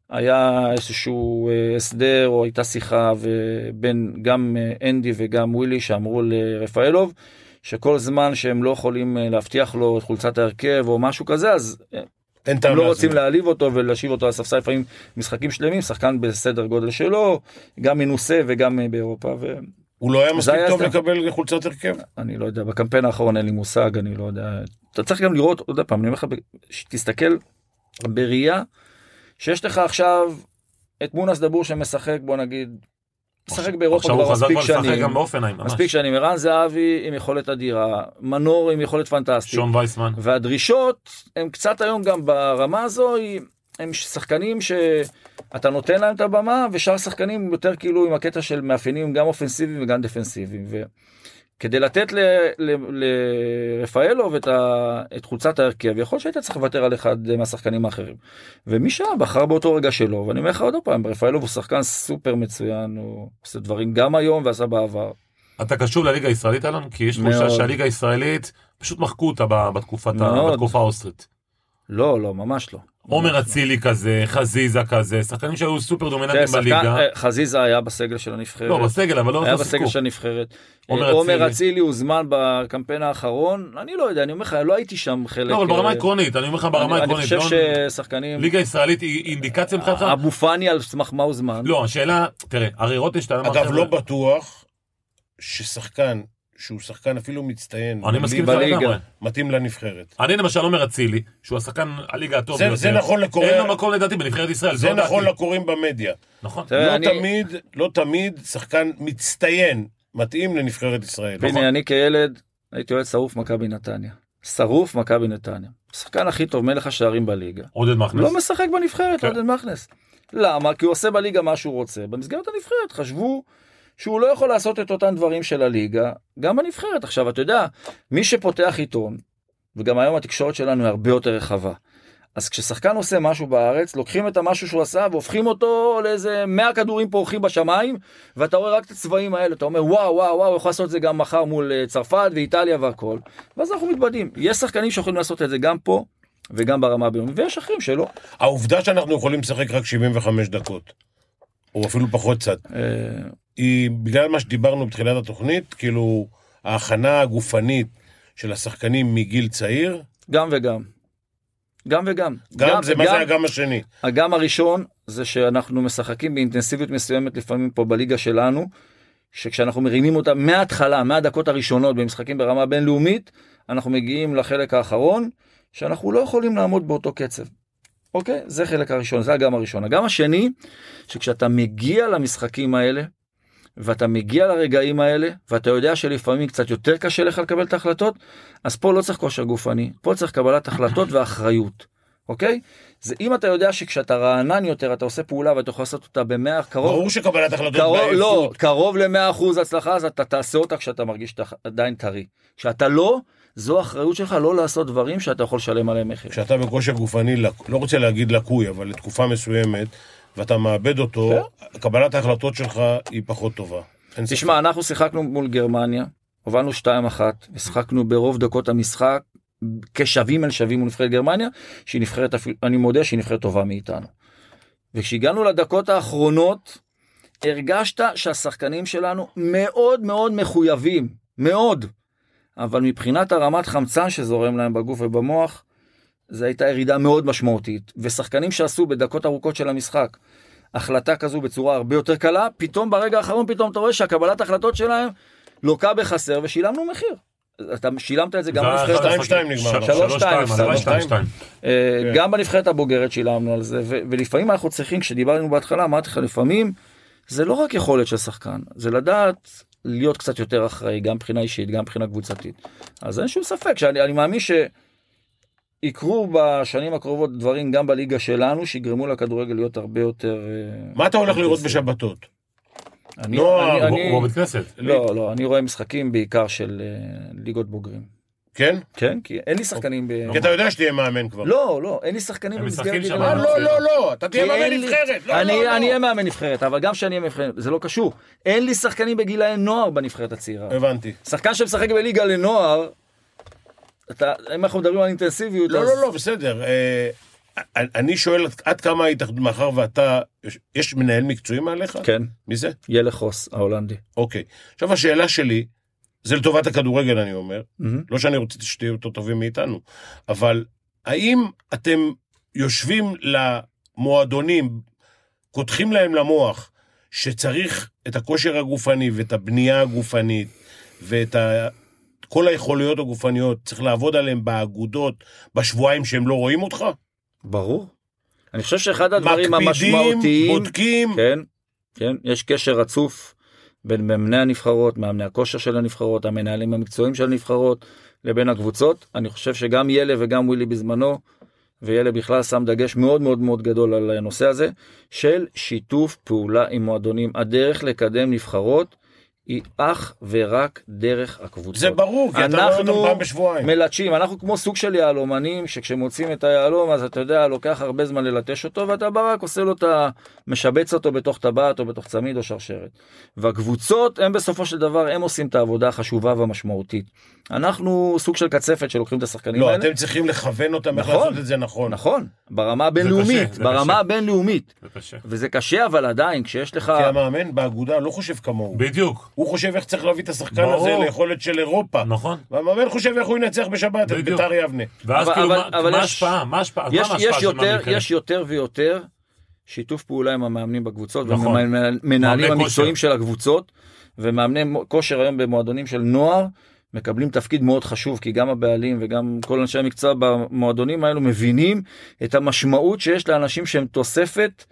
היה איזשהו הסדר, או הייתה שיחה בין גם אנדי וגם ווילי שאמרו לרפאלוב, שכל זמן שהם לא יכולים להבטיח לו את חולצת ההרכב או משהו כזה, אז הם לא רוצים להעליב אותו ולהשיב אותו על ספסל, לפעמים משחקים שלמים, שחקן בסדר גודל שלו, גם מנוסה וגם באירופה.
הוא לא היה מספיק טוב לקבל חולצת הרכב?
אני לא יודע, בקמפיין האחרון אין לי מושג, אני לא יודע. אתה צריך גם לראות, עוד פעם, אני אומר לך, שתסתכל בראייה, שיש לך עכשיו את מונס דבור שמשחק, בוא נגיד, משחק באירופה כבר מספיק שנים, מספיק שנים, ערן זהבי עם יכולת אדירה, מנור עם יכולת פנטסטית,
שון וייסמן,
והדרישות הם קצת היום גם ברמה הזו, הם שחקנים שאתה נותן להם את הבמה, ושאר שחקנים יותר כאילו עם הקטע של מאפיינים גם אופנסיביים וגם דפנסיביים, וכדי לתת לרפאלוב את חולצת ההרכב, יכול שהיית צריך לוותר על אחד מהשחקנים האחרים, ומשם בחר באותו רגע שלו, ואני אומר לך עוד פעם, רפאלוב הוא שחקן סופר מצוין, הוא עושה דברים גם היום ועשה בעבר.
אתה קשוב לליגה הישראלית, אלון? כי יש תחושה שהליגה הישראלית פשוט מחקו אותה בתקופה האוסטרית.
לא, לא, ממש לא.
עומר אצילי כזה, חזיזה כזה, שחקנים שהיו סופר דומיננטיים בליגה.
חזיזה היה בסגל של הנבחרת.
לא, בסגל, אבל לא
היה בסגל של הנבחרת. עומר אצילי הוזמן בקמפיין האחרון, אני לא יודע, אני אומר לך, לא הייתי שם חלק...
לא, אבל ברמה עקרונית, אני אומר לך ברמה עקרונית.
אני חושב ששחקנים...
ליגה ישראלית היא אינדיקציה מבחינתך?
אבו פאני על סמך מה הוזמן.
לא, השאלה, תראה, הרי רוטנשטיין...
אגב, לא בטוח ששחקן שהוא שחקן אפילו מצטיין,
אני מסכים בליגה,
מתאים לנבחרת.
אני למשל אומר אצילי, שהוא השחקן הליגה הטוב
ביותר. זה נכון לקורא.
אין לו מקום לדעתי בנבחרת ישראל.
זה נכון לקוראים במדיה.
נכון.
לא תמיד, לא תמיד שחקן מצטיין מתאים לנבחרת ישראל.
הנה, אני כילד הייתי אוהד שרוף מכבי נתניה. שרוף מכבי נתניה. השחקן הכי טוב, מלך השערים בליגה.
עודד מכנס.
לא משחק בנבחרת, עודד מכנס. למה? כי הוא עושה בליגה מה שהוא רוצה. במסגרת הנבחרת חשבו שהוא לא יכול לעשות את אותם דברים של הליגה, גם בנבחרת. עכשיו, אתה יודע, מי שפותח עיתון, וגם היום התקשורת שלנו היא הרבה יותר רחבה, אז כששחקן עושה משהו בארץ, לוקחים את המשהו שהוא עשה, והופכים אותו לאיזה מאה כדורים פורחים בשמיים, ואתה רואה רק את הצבעים האלה, אתה אומר, וואו, וואו, וואו, יכול לעשות את זה גם מחר מול צרפת ואיטליה והכל, ואז אנחנו מתבדים. יש שחקנים שיכולים לעשות את זה גם פה, וגם ברמה הבינונית, ויש אחרים שלא.
העובדה שאנחנו יכולים לשחק רק שבעים וחמש דקות, או אפילו פחות קצת, היא בגלל מה שדיברנו בתחילת התוכנית, כאילו ההכנה הגופנית של השחקנים מגיל צעיר.
גם וגם. גם וגם.
גם, גם זה, מה זה הגם השני?
הגם הראשון זה שאנחנו משחקים באינטנסיביות מסוימת לפעמים פה בליגה שלנו, שכשאנחנו מרימים אותה מההתחלה, מהדקות הראשונות במשחקים ברמה בינלאומית, אנחנו מגיעים לחלק האחרון, שאנחנו לא יכולים לעמוד באותו קצב. אוקיי? זה חלק הראשון, זה הגם הראשון. הגם השני, שכשאתה מגיע למשחקים האלה, ואתה מגיע לרגעים האלה, ואתה יודע שלפעמים קצת יותר קשה לך לקבל את ההחלטות, אז פה לא צריך כושר גופני, פה צריך קבלת החלטות ואחריות, אוקיי? זה אם אתה יודע שכשאתה רענן יותר, אתה עושה פעולה ואתה יכול לעשות אותה במאה, קרוב...
ברור שקבלת החלטות בעייפות.
לא, קרוב למאה אחוז הצלחה, אז אתה תעשה אותה כשאתה מרגיש שאתה עדיין טרי. כשאתה לא, זו האחריות שלך לא לעשות דברים שאתה יכול לשלם עליהם מחיר.
כשאתה בכושר גופני, לא רוצה להגיד לקוי, אבל לתקופה מסוימת, ואתה מאבד אותו, קבלת ההחלטות שלך היא פחות טובה.
תשמע, אנחנו שיחקנו מול גרמניה, הובלנו שתיים אחת, משחקנו ברוב דקות המשחק, כשווים אל שווים מול נבחרת גרמניה, שהיא נבחרת, אני מודה שהיא נבחרת טובה מאיתנו. וכשהגענו לדקות האחרונות, הרגשת שהשחקנים שלנו מאוד מאוד מחויבים, מאוד. אבל מבחינת הרמת חמצן שזורם להם בגוף ובמוח, זו הייתה ירידה מאוד משמעותית. ושחקנים שעשו בדקות ארוכות של המשחק, החלטה כזו בצורה הרבה יותר קלה, פתאום ברגע האחרון פתאום אתה רואה שהקבלת ההחלטות שלהם לוקה בחסר, ושילמנו מחיר. אתה שילמת את זה גם בנבחרת
שתיים שתיים נגמר.
שלוש שתיים. גם בנבחרת הבוגרת שילמנו על זה, ולפעמים אנחנו צריכים, כשדיברנו בהתחלה, אמרתי לך, לפעמים זה לא רק יכולת של שחקן, זה לדעת להיות קצת יותר אחראי, גם מבחינה אישית, גם מבחינה קבוצתית. אז אין שום ספק, שאני מאמין שיקרו בשנים הקרובות דברים גם בליגה שלנו, שיגרמו לכדורגל להיות הרבה יותר...
מה אתה הולך לראות בשבתות?
אני,
לא,
אני, אני,
הוא בבית כנסת.
לא, לא, אני רואה משחקים בעיקר של uh, ליגות בוגרים.
כן?
כן, כי אין לי שחקנים ב...
כי אתה יודע שתהיה מאמן כבר.
לא, לא, אין לי שחקנים
במסגרת ליגה.
לא, לא, לא, אתה תהיה מאמן נבחרת.
אני אהיה מאמן נבחרת, אבל גם שאני אהיה נבחרת, זה לא קשור. אין לי שחקנים בגילאי נוער בנבחרת הצעירה.
הבנתי.
שחקן שמשחק בליגה לנוער, אם אנחנו מדברים על אינטנסיביות...
לא, לא, לא, בסדר. אני שואל עד כמה היית, מאחר ואתה, יש מנהל מקצועי מעליך?
כן.
מי זה?
ילך חוס, ההולנדי.
אוקיי. עכשיו השאלה שלי, זה לטובת הכדורגל אני אומר, לא שאני רוצה שתהיו יותר טובים מאיתנו, אבל האם אתם יושבים למועדונים, קותחים להם למוח, שצריך את הכושר הגופני ואת הבנייה הגופנית, ואת ה... כל היכולויות הגופניות, צריך לעבוד עליהם באגודות, בשבועיים שהם לא רואים אותך?
ברור. אני חושב שאחד הדברים המשמעותיים...
מקפידים, בודקים.
כן, כן. יש קשר רצוף בין מאמני הנבחרות, מאמני הכושר של הנבחרות, המנהלים המקצועיים של הנבחרות, לבין הקבוצות. אני חושב שגם ילה וגם ווילי בזמנו, וילה בכלל שם דגש מאוד מאוד מאוד גדול על הנושא הזה, של שיתוף פעולה עם מועדונים. הדרך לקדם נבחרות, היא אך ורק דרך הקבוצות.
זה ברור, כי אתה לא אותם פעם בשבועיים.
מלטשים, אנחנו כמו סוג של יעלומנים, שכשמוצאים את היעלום, אז אתה יודע, לוקח הרבה זמן ללטש אותו, ואתה ברק עושה לו את ה... משבץ אותו בתוך טבעת, או בתוך צמיד, או שרשרת. והקבוצות, הם בסופו של דבר, הם עושים את העבודה החשובה והמשמעותית. אנחנו סוג של קצפת שלוקחים את השחקנים
לא,
האלה.
אתם צריכים לכוון אותם, איך לעשות את זה נכון.
נכון, ברמה הבינלאומית, ברמה הבינלאומית. וזה קשה, אבל עדיין, כשיש לך...
כי המאמן באגודה לא חושב כמוהו.
בדיוק.
הוא חושב איך צריך להביא את השחקן הזה ליכולת של אירופה.
נכון.
והמאמן חושב איך הוא ינצח בשבת את בית"ר יבנה.
ואז כאילו, מה ההשפעה? מה ההשפעה?
יש יותר ויותר שיתוף פעולה עם המאמנים בקבוצות, ומנהלים המקצועיים של הקבוצות, ומאמני כושר היום במועדונים של נוער, מקבלים תפקיד מאוד חשוב, כי גם הבעלים וגם כל אנשי המקצוע במועדונים האלו מבינים את המשמעות שיש לאנשים שהם תוספת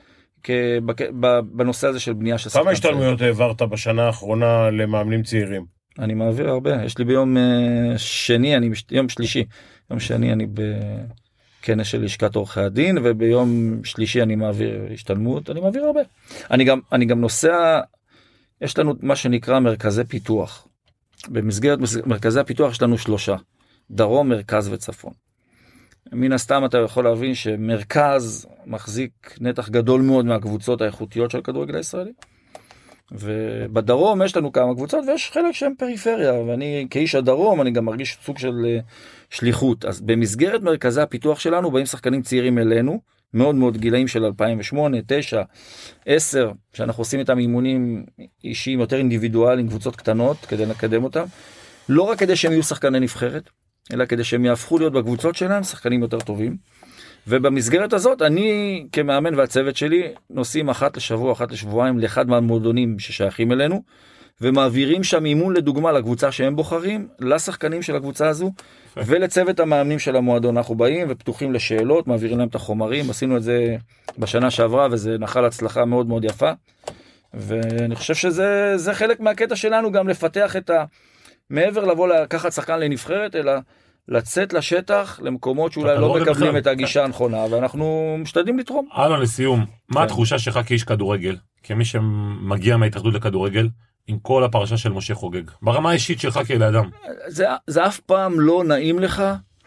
בנושא הזה של בנייה של שחקן.
כמה השתלמויות העברת בשנה האחרונה למאמנים צעירים?
אני מעביר הרבה. יש לי ביום שני, אני, יום שלישי, יום שני אני בכנס של לשכת עורכי הדין, וביום שלישי אני מעביר השתלמות, אני מעביר הרבה. אני גם, אני גם נוסע, יש לנו מה שנקרא מרכזי פיתוח. במסגרת מרכזי הפיתוח יש לנו שלושה, דרום, מרכז וצפון. מן הסתם אתה יכול להבין שמרכז מחזיק נתח גדול מאוד מהקבוצות האיכותיות של כדורגל הישראלי. ובדרום יש לנו כמה קבוצות ויש חלק שהם פריפריה, ואני כאיש הדרום אני גם מרגיש סוג של שליחות. אז במסגרת מרכזי הפיתוח שלנו באים שחקנים צעירים אלינו, מאוד מאוד גילאים של אלפיים ושמונה, תשע, עשר, שאנחנו עושים איתם אימונים אישיים יותר אינדיבידואליים, קבוצות קטנות כדי לקדם אותם, לא רק כדי שהם יהיו שחקני נבחרת, אלא כדי שהם יהפכו להיות בקבוצות שלהם שחקנים יותר טובים. ובמסגרת הזאת אני כמאמן והצוות שלי נוסעים אחת לשבוע, אחת לשבועיים לאחד מהמועדונים ששייכים אלינו, ומעבירים שם אימון לדוגמה לקבוצה שהם בוחרים, לשחקנים של הקבוצה הזו, ולצוות המאמנים של המועדון. אנחנו באים ופתוחים לשאלות, מעבירים להם את החומרים, עשינו את זה בשנה שעברה וזה נחל הצלחה מאוד מאוד יפה, ואני חושב שזה זה חלק מהקטע שלנו גם לפתח את ה... מעבר לבוא לקחת שחקן לנבחרת, אלא לצאת לשטח למקומות שאולי לא מקבלים את הגישה הנכונה, ואנחנו משתדלים לתרום.
אלון, לסיום, מה התחושה שלך כאיש כדורגל, כמי שמגיע מההתאחדות לכדורגל, עם כל הפרשה של משה חוגג? ברמה האישית שלך כאדם.
זה, זה אף פעם לא נעים לך,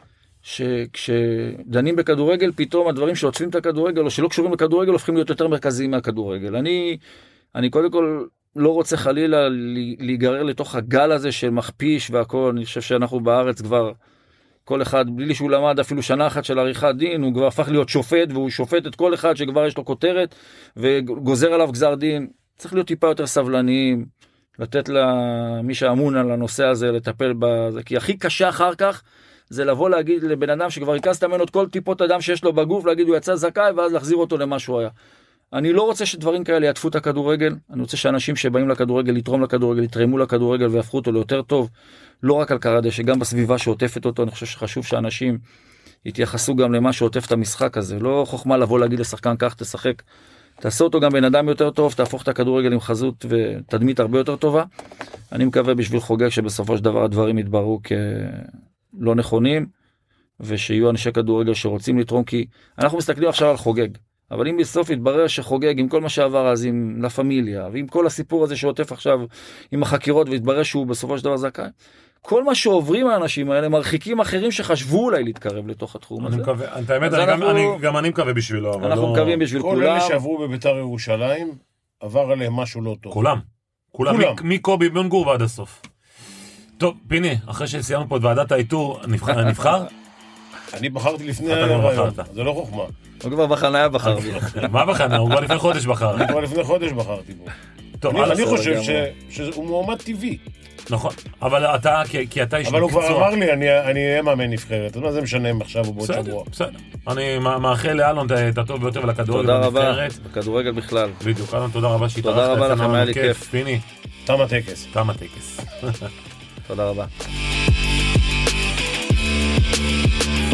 שכשדנים בכדורגל, פתאום הדברים שעוטפים את הכדורגל, או שלא קשורים לכדורגל, הופכים להיות יותר מרכזיים מהכדורגל. אני, אני קודם כל לא רוצה חלילה להיגרר לתוך הגל הזה של מכפיש והכל. אני חושב שאנחנו בארץ כבר, כל אחד, בלי שהוא למד אפילו שנה אחת של עריכת דין, הוא כבר הפך להיות שופט, והוא שופט את כל אחד שכבר יש לו כותרת, וגוזר עליו גזר דין. צריך להיות טיפה יותר סבלניים, לתת למי שאמון על הנושא הזה, לטפל בזה, כי הכי קשה אחר כך, זה לבוא להגיד לבן אדם שכבר ריכזת ממנו את כל טיפות אדם שיש לו בגוף, להגיד הוא יצא זכאי, ואז להחזיר אותו למה שהוא היה. אני לא רוצה שדברים כאלה יעטפו את הכדורגל, אני רוצה שאנשים שבאים לכדורגל, לתרום לכדורגל, יתרמו לכדורגל ויהפכו אותו ליותר טוב, לא רק על קרדה, שגם בסביבה שעוטפת אותו. אני חושב שחשוב שאנשים יתייחסו גם למה שעוטף את המשחק הזה. לא חוכמה לבוא להגיד לשחקן כך תשחק, תעשה אותו גם בן אדם יותר טוב, תהפוך את הכדורגל עם חזות ותדמית הרבה יותר טובה. אני מקווה בשביל חוגג שבסופו של דבר הדברים יתבררו כלא נכונים, ושיהיו אנשי כדורגל שרוצים לתרום, כי אנחנו מסתכלים עכשיו על חוגג. אבל אם בסוף יתברר שחוגג עם כל מה שעבר אז עם לה פמיליה, ועם כל הסיפור הזה שעוטף עכשיו עם החקירות, והתברר שהוא בסופו של דבר זכאי, כל מה שעוברים האנשים האלה מרחיקים אחרים שחשבו אולי להתקרב לתוך התחום הזה.
אני מקווה, את האמת, גם אני מקווה בשבילו.
אנחנו מקווים בשביל כולם.
כל אלה שעברו בביתר ירושלים, עבר עליהם משהו לא טוב.
כולם. כולם. מקובי בן-גור ועד הסוף. טוב, פיני, אחרי שסיימנו פה את ועדת האיתור, נבחר?
אני בחרתי לפני הרעיון, זה לא חוכמה.
הוא כבר בחניה בחר בי.
מה בחניה? הוא כבר לפני חודש בחר.
אני כבר לפני חודש בחרתי בו. אני חושב שהוא מועמד טבעי.
נכון, אבל אתה, כי אתה איש מקצוע.
אבל הוא כבר אמר לי, אני אהיה מאמן נבחרת, אז מה זה משנה אם עכשיו הוא בעוד שבוע?
בסדר, אני מאחל לאלון את הטוב ביותר ולכדורגל
בנבחרת. תודה רבה, בכדורגל בכלל.
בדיוק, אלון, תודה רבה שהתארחת.
תודה רבה לכם, היה לי כיף.
פיני.
תם הטקס.
תם הטקס.
תודה רבה.